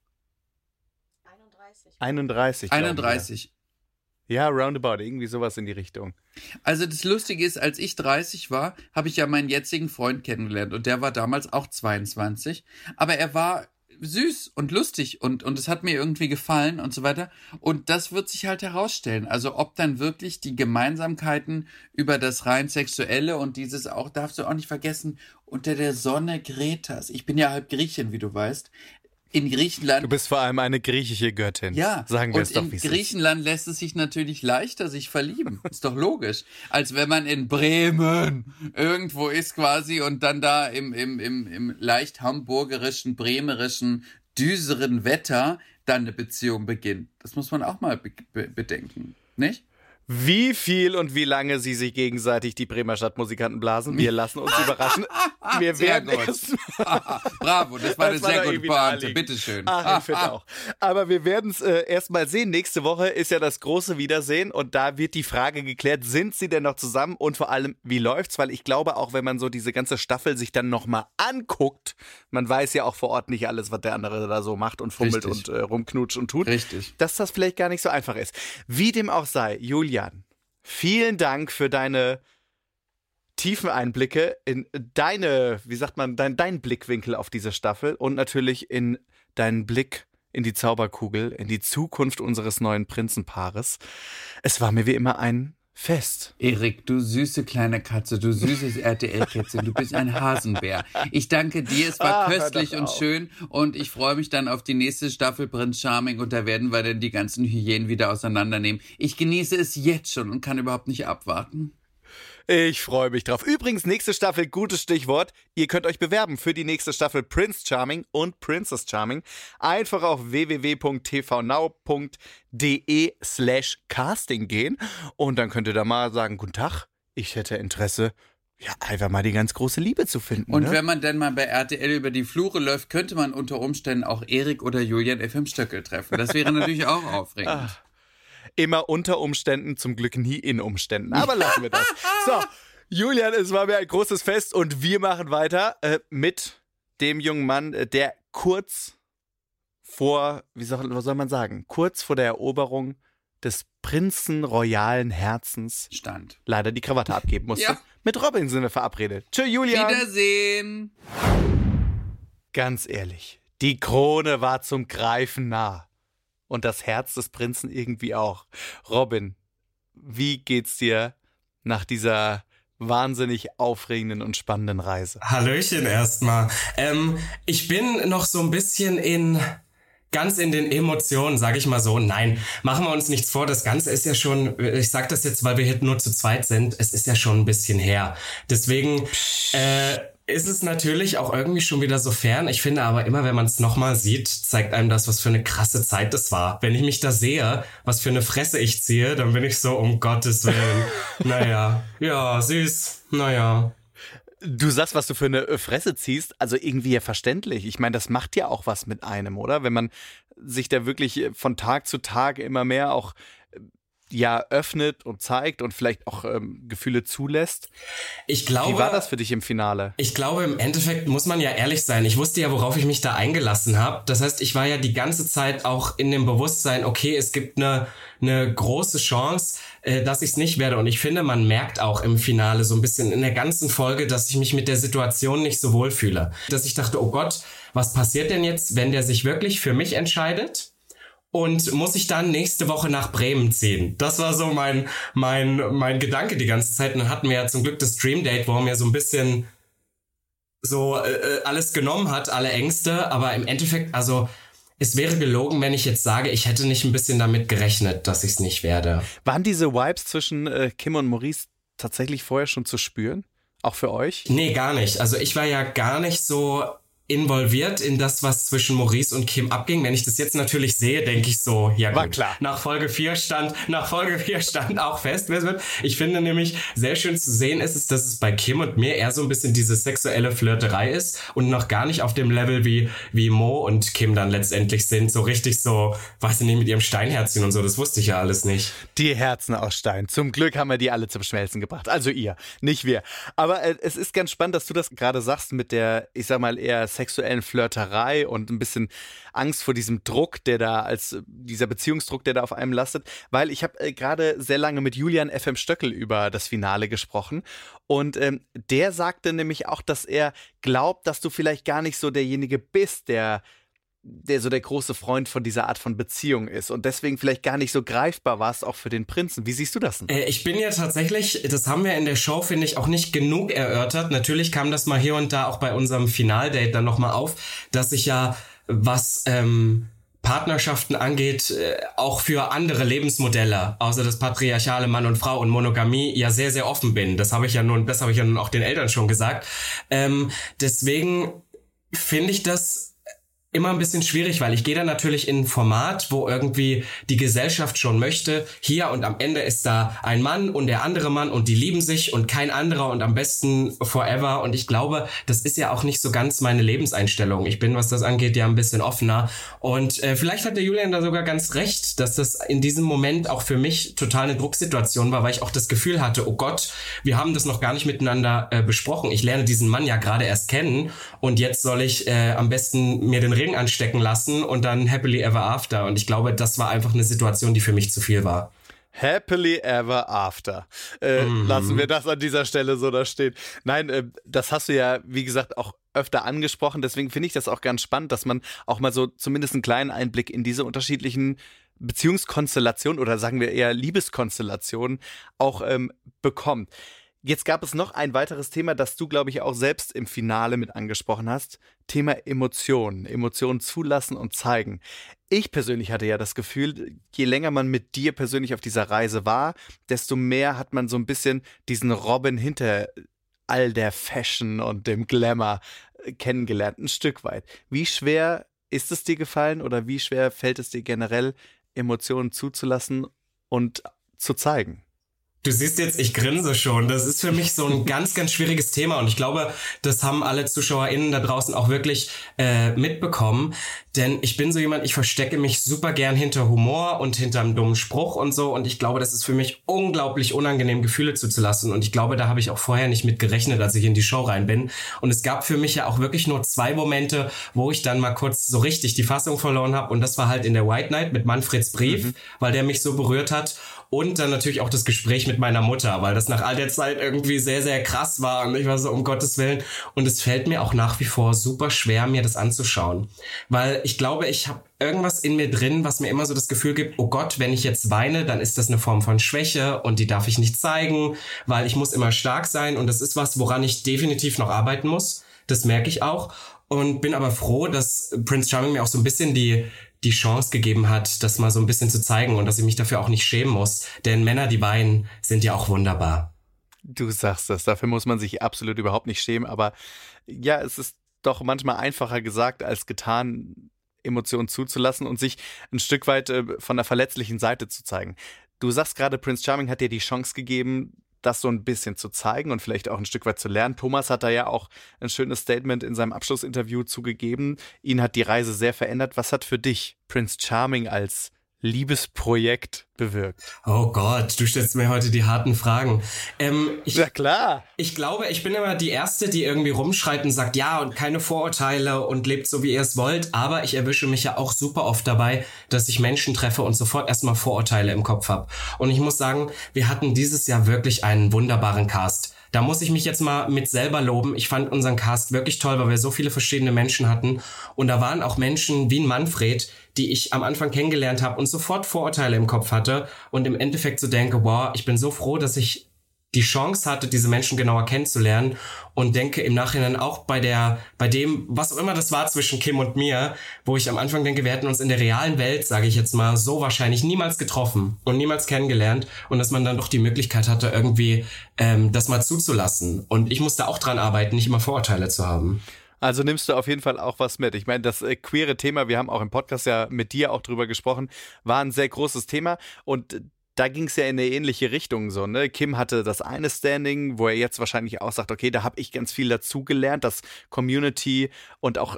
Speaker 1: 31.
Speaker 3: 31.
Speaker 1: Ja, roundabout, irgendwie sowas in die Richtung.
Speaker 3: Also das Lustige ist, als ich 30 war, habe ich ja meinen jetzigen Freund kennengelernt und der war damals auch 22, aber er war süß und lustig und es hat mir irgendwie gefallen und so weiter. Und das wird sich halt herausstellen. Also ob dann wirklich die Gemeinsamkeiten über das rein Sexuelle und dieses auch, darfst du auch nicht vergessen, unter der Sonne Gretas. Ich bin ja halb Griechin, wie du weißt. In Griechenland.
Speaker 1: Du bist vor allem eine griechische Göttin.
Speaker 3: Ja.
Speaker 1: Sagen wir es doch, wie es ist.
Speaker 3: In Griechenland lässt es sich natürlich leichter sich verlieben. Ist doch logisch. Als wenn man in Bremen irgendwo ist quasi und dann da im leicht hamburgerischen, bremerischen, düseren Wetter dann eine Beziehung beginnt. Das muss man auch mal bedenken. Nicht?
Speaker 1: Wie viel und wie lange sie sich gegenseitig die Bremer Stadtmusikanten blasen, wir lassen uns überraschen. Wir werden es.
Speaker 3: Bravo, das war eine sehr gute Pointe. Bitteschön.
Speaker 1: Ach, ich finde auch. Aber wir werden es erst mal sehen. Nächste Woche ist ja das große Wiedersehen und da wird die Frage geklärt, sind sie denn noch zusammen und vor allem, wie läuft's? Weil ich glaube, auch wenn man so diese ganze Staffel sich dann nochmal anguckt, man weiß ja auch vor Ort nicht alles, was der andere da so macht und fummelt. Richtig. Und rumknutscht und tut.
Speaker 3: Richtig.
Speaker 1: Dass das vielleicht gar nicht so einfach ist. Wie dem auch sei, Julian, vielen Dank für deine tiefen Einblicke in deine, wie sagt man, deinen Blickwinkel auf diese Staffel und natürlich in deinen Blick in die Zauberkugel, in die Zukunft unseres neuen Prinzenpaares. Es war mir wie immer ein Fest.
Speaker 3: Erik, du süße kleine Katze, du süßes RTL-Kätzchen, du bist ein Hasenbär. Ich danke dir, es war köstlich und schön und ich freue mich dann auf die nächste Staffel Prinz Charming und da werden wir dann die ganzen Hyänen wieder auseinandernehmen. Ich genieße es jetzt schon und kann überhaupt nicht abwarten.
Speaker 1: Ich freue mich drauf. Übrigens, nächste Staffel, gutes Stichwort. Ihr könnt euch bewerben für die nächste Staffel Prince Charming und Princess Charming. Einfach auf www.tvnow.de/casting gehen und dann könnt ihr da mal sagen, guten Tag, ich hätte Interesse, ja, einfach mal die ganz große Liebe zu finden.
Speaker 3: Und
Speaker 1: ne?
Speaker 3: wenn man dann mal bei RTL über die Flure läuft, könnte man unter Umständen auch Erik oder Julian FM Stöckel treffen. Das wäre natürlich auch aufregend.
Speaker 1: Immer unter Umständen, zum Glück nie in Umständen. Aber lassen wir das. So, Julian, es war mir ein großes Fest und wir machen weiter mit dem jungen Mann, der kurz vor, was soll man sagen, kurz vor der Eroberung des prinzenroyalen Herzens
Speaker 3: stand.
Speaker 1: Leider die Krawatte abgeben musste.
Speaker 3: Ja.
Speaker 1: Mit Robin sind wir verabredet. Tschö, Julian.
Speaker 3: Wiedersehen.
Speaker 1: Ganz ehrlich, die Krone war zum Greifen nah. Und das Herz des Prinzen irgendwie auch. Robin, wie geht's dir nach dieser wahnsinnig aufregenden und spannenden Reise?
Speaker 4: Hallöchen erstmal. Ich bin noch so ein bisschen ganz in den Emotionen, sag ich mal so. Nein, machen wir uns nichts vor. Das Ganze ist ja schon, ich sag das jetzt, weil wir hier nur zu zweit sind, es ist ja schon ein bisschen her. Deswegen ist es natürlich auch irgendwie schon wieder so fern. Ich finde aber immer, wenn man es nochmal sieht, zeigt einem das, was für eine krasse Zeit das war. Wenn ich mich da sehe, was für eine Fresse ich ziehe, dann bin ich so, um Gottes Willen. Naja, ja, süß, naja.
Speaker 1: Du sagst, was du für eine Fresse ziehst, also irgendwie ja verständlich. Ich meine, das macht ja auch was mit einem, oder? Wenn man sich da wirklich von Tag zu Tag immer mehr auch öffnet und zeigt und vielleicht auch Gefühle zulässt.
Speaker 4: Ich glaube,
Speaker 1: wie war das für dich im Finale?
Speaker 4: Ich glaube, im Endeffekt muss man ja ehrlich sein. Ich wusste ja, worauf ich mich da eingelassen habe. Das heißt, ich war ja die ganze Zeit auch in dem Bewusstsein, okay, es gibt eine große Chance, dass ich es nicht werde. Und ich finde, man merkt auch im Finale so ein bisschen in der ganzen Folge, dass ich mich mit der Situation nicht so wohl fühle. Dass ich dachte, oh Gott, was passiert denn jetzt, wenn der sich wirklich für mich entscheidet? Und muss ich dann nächste Woche nach Bremen ziehen? Das war so mein Gedanke die ganze Zeit. Und dann hatten wir ja zum Glück das Dream Date, wo er mir so ein bisschen so alles genommen hat, alle Ängste. Aber im Endeffekt, also es wäre gelogen, wenn ich jetzt sage, ich hätte nicht ein bisschen damit gerechnet, dass ich es nicht werde.
Speaker 1: Waren diese Vibes zwischen Kim und Maurice tatsächlich vorher schon zu spüren? Auch für euch?
Speaker 4: Nee, gar nicht. Also ich war ja gar nicht so involviert in das, was zwischen Maurice und Kim abging. Wenn ich das jetzt natürlich sehe, denke ich so, ja gut.
Speaker 1: War klar.
Speaker 4: Nach Folge 4 stand auch fest, wer es wird. Ich finde nämlich, sehr schön zu sehen ist es, dass es bei Kim und mir eher so ein bisschen diese sexuelle Flirterei ist und noch gar nicht auf dem Level wie Mo und Kim dann letztendlich sind. So richtig so, weiß ich nicht, mit ihrem Steinherzchen und so, das wusste ich ja alles nicht.
Speaker 1: Die Herzen aus Stein. Zum Glück haben wir die alle zum Schmelzen gebracht. Also ihr, nicht wir. Aber es ist ganz spannend, dass du das gerade sagst mit der, ich sag mal, eher sexuellen Flirterei und ein bisschen Angst vor diesem Druck, dieser Beziehungsdruck, der da auf einem lastet, weil ich habe gerade sehr lange mit Julian FM Stöckel über das Finale gesprochen und der sagte nämlich auch, dass er glaubt, dass du vielleicht gar nicht so derjenige bist, der so der große Freund von dieser Art von Beziehung ist und deswegen vielleicht gar nicht so greifbar warst, auch für den Prinzen. Wie siehst du das denn?
Speaker 4: Ich bin ja tatsächlich, das haben wir in der Show, finde ich, auch nicht genug erörtert. Natürlich kam das mal hier und da auch bei unserem Finaldate dann nochmal auf, dass ich ja, was Partnerschaften angeht, auch für andere Lebensmodelle, außer das patriarchale Mann und Frau und Monogamie, ja sehr, sehr offen bin. Das habe ich ja nun auch den Eltern schon gesagt. Deswegen finde ich das immer ein bisschen schwierig, weil ich gehe da natürlich in ein Format, wo irgendwie die Gesellschaft schon möchte, hier und am Ende ist da ein Mann und der andere Mann und die lieben sich und kein anderer und am besten forever und ich glaube, das ist ja auch nicht so ganz meine Lebenseinstellung. Ich bin, was das angeht, ja ein bisschen offener und vielleicht hat der Julian da sogar ganz recht, dass das in diesem Moment auch für mich total eine Drucksituation war, weil ich auch das Gefühl hatte, oh Gott, wir haben das noch gar nicht miteinander besprochen. Ich lerne diesen Mann ja gerade erst kennen und jetzt soll ich am besten mir den Ring anstecken lassen und dann happily ever after. Und ich glaube, das war einfach eine Situation, die für mich zu viel war.
Speaker 1: Happily ever after. Lassen wir das an dieser Stelle so da stehen. Nein, das hast du ja, wie gesagt, auch öfter angesprochen. Deswegen finde ich das auch ganz spannend, dass man auch mal so zumindest einen kleinen Einblick in diese unterschiedlichen Beziehungskonstellation oder sagen wir eher Liebeskonstellation auch bekommt. Jetzt gab es noch ein weiteres Thema, das du, glaube ich, auch selbst im Finale mit angesprochen hast. Thema Emotionen. Emotionen zulassen und zeigen. Ich persönlich hatte ja das Gefühl, je länger man mit dir persönlich auf dieser Reise war, desto mehr hat man so ein bisschen diesen Robin hinter all der Fashion und dem Glamour kennengelernt, ein Stück weit. Wie schwer ist es dir gefallen oder wie schwer fällt es dir generell, Emotionen zuzulassen und zu zeigen?
Speaker 4: Du siehst jetzt, ich grinse schon. Das ist für mich so ein ganz, ganz schwieriges Thema und ich glaube, das haben alle ZuschauerInnen da draußen auch wirklich mitbekommen. Denn ich bin so jemand, ich verstecke mich super gern hinter Humor und hinter einem dummen Spruch und so und ich glaube, das ist für mich unglaublich unangenehm, Gefühle zuzulassen und ich glaube, da habe ich auch vorher nicht mit gerechnet, als ich in die Show rein bin. Und es gab für mich ja auch wirklich nur 2 Momente, wo ich dann mal kurz so richtig die Fassung verloren habe und das war halt in der White Night mit Manfreds Brief, weil der mich so berührt hat. Und dann natürlich auch das Gespräch mit meiner Mutter, weil das nach all der Zeit irgendwie sehr, sehr krass war. Und ich war so, um Gottes Willen. Und es fällt mir auch nach wie vor super schwer, mir das anzuschauen. Weil ich glaube, ich habe irgendwas in mir drin, was mir immer so das Gefühl gibt, oh Gott, wenn ich jetzt weine, dann ist das eine Form von Schwäche und die darf ich nicht zeigen, weil ich muss immer stark sein. Und das ist was, woran ich definitiv noch arbeiten muss. Das merke ich auch. Und bin aber froh, dass Prince Charming mir auch so ein bisschen die Chance gegeben hat, das mal so ein bisschen zu zeigen und dass ich mich dafür auch nicht schämen muss. Denn Männer, die weinen, sind ja auch wunderbar.
Speaker 1: Du sagst das, dafür muss man sich absolut überhaupt nicht schämen, aber ja, es ist doch manchmal einfacher gesagt als getan, Emotionen zuzulassen und sich ein Stück weit von der verletzlichen Seite zu zeigen. Du sagst gerade, Prince Charming hat dir die Chance gegeben, das so ein bisschen zu zeigen und vielleicht auch ein Stück weit zu lernen. Thomas hat da ja auch ein schönes Statement in seinem Abschlussinterview zugegeben. Ihn hat die Reise sehr verändert. Was hat für dich Prince Charming als Liebesprojekt bewirkt?
Speaker 4: Oh Gott, du stellst mir heute die harten Fragen.
Speaker 1: Ja klar.
Speaker 4: Ich glaube, ich bin immer die Erste, die irgendwie rumschreit und sagt, ja und keine Vorurteile und lebt so, wie ihr es wollt. Aber ich erwische mich ja auch super oft dabei, dass ich Menschen treffe und sofort erstmal Vorurteile im Kopf habe. Und ich muss sagen, wir hatten dieses Jahr wirklich einen wunderbaren Cast. Da muss ich mich jetzt mal mit selber loben. Ich fand unseren Cast wirklich toll, weil wir so viele verschiedene Menschen hatten. Und da waren auch Menschen wie ein Manfred, die ich am Anfang kennengelernt habe und sofort Vorurteile im Kopf hatte. Und im Endeffekt so denke, wow, ich bin so froh, dass ich die Chance hatte, diese Menschen genauer kennenzulernen und denke im Nachhinein auch bei dem, was auch immer das war zwischen Kim und mir, wo ich am Anfang denke, wir hätten uns in der realen Welt, sage ich jetzt mal, so wahrscheinlich niemals getroffen und niemals kennengelernt und dass man dann doch die Möglichkeit hatte, irgendwie das mal zuzulassen. Und ich musste auch dran arbeiten, nicht immer Vorurteile zu haben.
Speaker 1: Also nimmst du auf jeden Fall auch was mit. Ich meine, das queere Thema, wir haben auch im Podcast ja mit dir auch drüber gesprochen, war ein sehr großes Thema und da ging es ja in eine ähnliche Richtung so, ne? Kim hatte das eine Standing, wo er jetzt wahrscheinlich auch sagt, okay, da habe ich ganz viel dazugelernt, dass Community und auch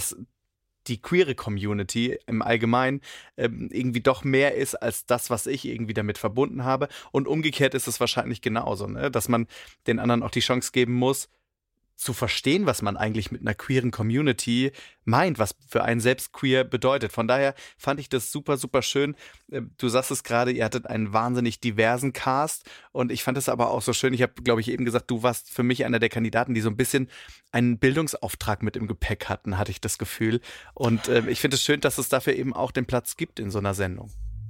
Speaker 1: die queere Community im Allgemeinen irgendwie doch mehr ist als das, was ich irgendwie damit verbunden habe. Und umgekehrt ist es wahrscheinlich genauso, ne? Dass man den anderen auch die Chance geben muss, zu verstehen, was man eigentlich mit einer queeren Community meint, was für einen selbst queer bedeutet. Von daher fand ich das super, super schön. Du sagst es gerade, ihr hattet einen wahnsinnig diversen Cast und ich fand es aber auch so schön. Ich habe, glaube ich, eben gesagt, du warst für mich einer der Kandidaten, die so ein bisschen einen Bildungsauftrag mit im Gepäck hatten, hatte ich das Gefühl. Und ich finde es schön, dass es dafür eben auch den Platz gibt in so einer Sendung.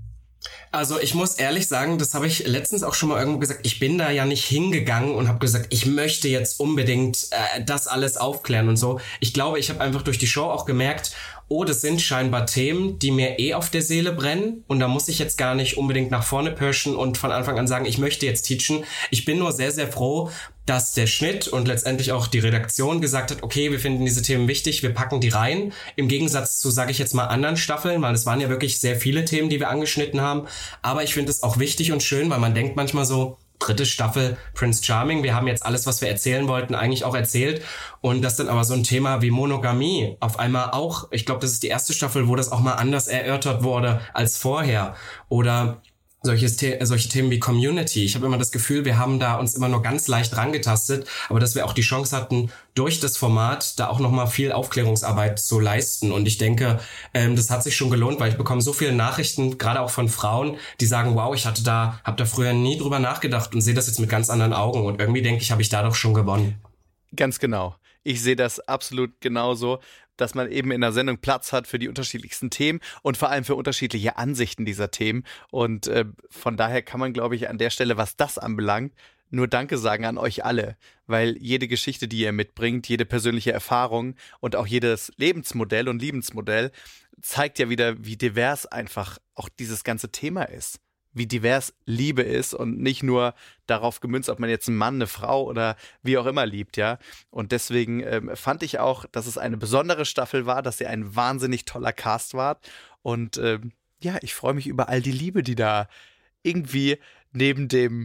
Speaker 4: Also ich muss ehrlich sagen, das habe ich letztens auch schon mal irgendwo gesagt, ich bin da ja nicht hingegangen und habe gesagt, ich möchte jetzt unbedingt das alles aufklären und so. Ich glaube, ich habe einfach durch die Show auch gemerkt, oh, das sind scheinbar Themen, die mir auf der Seele brennen und da muss ich jetzt gar nicht unbedingt nach vorne pirschen und von Anfang an sagen, ich möchte jetzt teachen. Ich bin nur sehr, sehr froh, dass der Schnitt und letztendlich auch die Redaktion gesagt hat, okay, wir finden diese Themen wichtig, wir packen die rein. Im Gegensatz zu, sage ich jetzt mal, anderen Staffeln, weil es waren ja wirklich sehr viele Themen, die wir angeschnitten haben. Aber ich finde es auch wichtig und schön, weil man denkt manchmal so, 3. Staffel Prince Charming, wir haben jetzt alles, was wir erzählen wollten, eigentlich auch erzählt. Und dass dann aber so ein Thema wie Monogamie auf einmal auch, ich glaube, das ist die 1. Staffel, wo das auch mal anders erörtert wurde als vorher. Oder solche Themen wie Community. Ich habe immer das Gefühl, wir haben da uns immer nur ganz leicht rangetastet, aber dass wir auch die Chance hatten, durch das Format da auch nochmal viel Aufklärungsarbeit zu leisten. Und ich denke, das hat sich schon gelohnt, weil ich bekomme so viele Nachrichten, gerade auch von Frauen, die sagen, wow, ich habe da früher nie drüber nachgedacht und sehe das jetzt mit ganz anderen Augen. Und irgendwie denke ich, habe ich da doch schon gewonnen.
Speaker 1: Ganz genau. Ich sehe das absolut genauso. dass man eben in der Sendung Platz hat für die unterschiedlichsten Themen und vor allem für unterschiedliche Ansichten dieser Themen. Und von daher kann man, glaube ich, an der Stelle, was das anbelangt, nur Danke sagen an euch alle, weil jede Geschichte, die ihr mitbringt, jede persönliche Erfahrung und auch jedes Lebensmodell und Liebensmodell zeigt ja wieder, wie divers einfach auch dieses ganze Thema ist. Wie divers Liebe ist und nicht nur darauf gemünzt, ob man jetzt einen Mann, eine Frau oder wie auch immer liebt, ja. Und deswegen fand ich auch, dass es eine besondere Staffel war, dass ihr ein wahnsinnig toller Cast wart. Und ja, ich freue mich über all die Liebe, die da irgendwie neben dem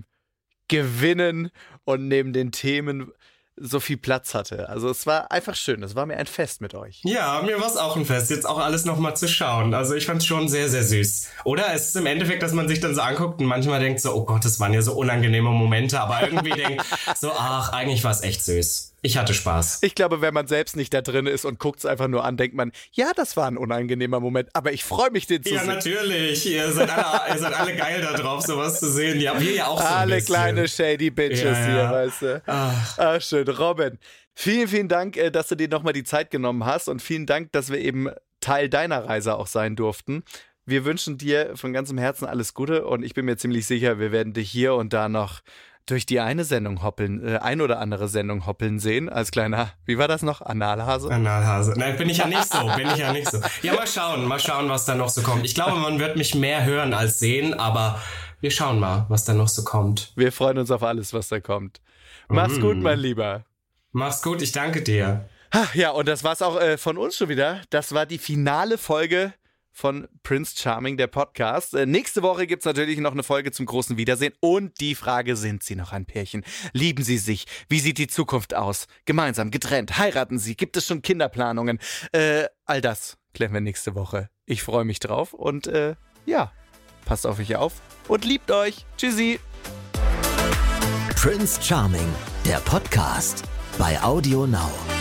Speaker 1: Gewinnen und neben den Themen so viel Platz hatte. Also es war einfach schön. Es war mir ein Fest mit euch.
Speaker 4: Ja, mir war es auch ein Fest, jetzt auch alles nochmal zu schauen. Also ich fand es schon sehr, sehr süß. Oder es ist im Endeffekt, dass man sich dann so anguckt und manchmal denkt so, oh Gott, das waren ja so unangenehme Momente, aber irgendwie denkt so, ach, eigentlich war es echt süß. Ich hatte Spaß.
Speaker 1: Ich glaube, wenn man selbst nicht da drin ist und guckt es einfach nur an, denkt man, ja, das war ein unangenehmer Moment, aber ich freue mich, den zu sehen.
Speaker 4: Ja, natürlich. Ihr seid alle geil da drauf, sowas zu sehen. Ja, wir ja auch so ein
Speaker 1: alle
Speaker 4: bisschen.
Speaker 1: Kleine shady Bitches hier, weißt du. Ach, schön. Robin, vielen, vielen Dank, dass du dir nochmal die Zeit genommen hast und vielen Dank, dass wir eben Teil deiner Reise auch sein durften. Wir wünschen dir von ganzem Herzen alles Gute und ich bin mir ziemlich sicher, wir werden dich hier und da noch durch die eine Sendung ein oder andere Sendung hoppeln sehen, als kleiner, wie war das noch? Analhase?
Speaker 4: Analhase. Nein, bin ich ja nicht so. Ja, mal schauen, was da noch so kommt. Ich glaube, man wird mich mehr hören als sehen, aber wir schauen mal, was da noch so kommt.
Speaker 1: Wir freuen uns auf alles, was da kommt. Mach's gut, mein Lieber.
Speaker 4: Mach's gut, ich danke dir.
Speaker 1: Ja, und das war's auch von uns schon wieder. Das war die finale Folge von Prince Charming, der Podcast. Nächste Woche gibt's natürlich noch eine Folge zum großen Wiedersehen und die Frage, sind Sie noch ein Pärchen? Lieben Sie sich? Wie sieht die Zukunft aus? Gemeinsam, getrennt, heiraten Sie? Gibt es schon Kinderplanungen? All das klären wir nächste Woche. Ich freue mich drauf und ja, passt auf euch auf und liebt euch. Tschüssi.
Speaker 2: Prince Charming, der Podcast bei Audio Now.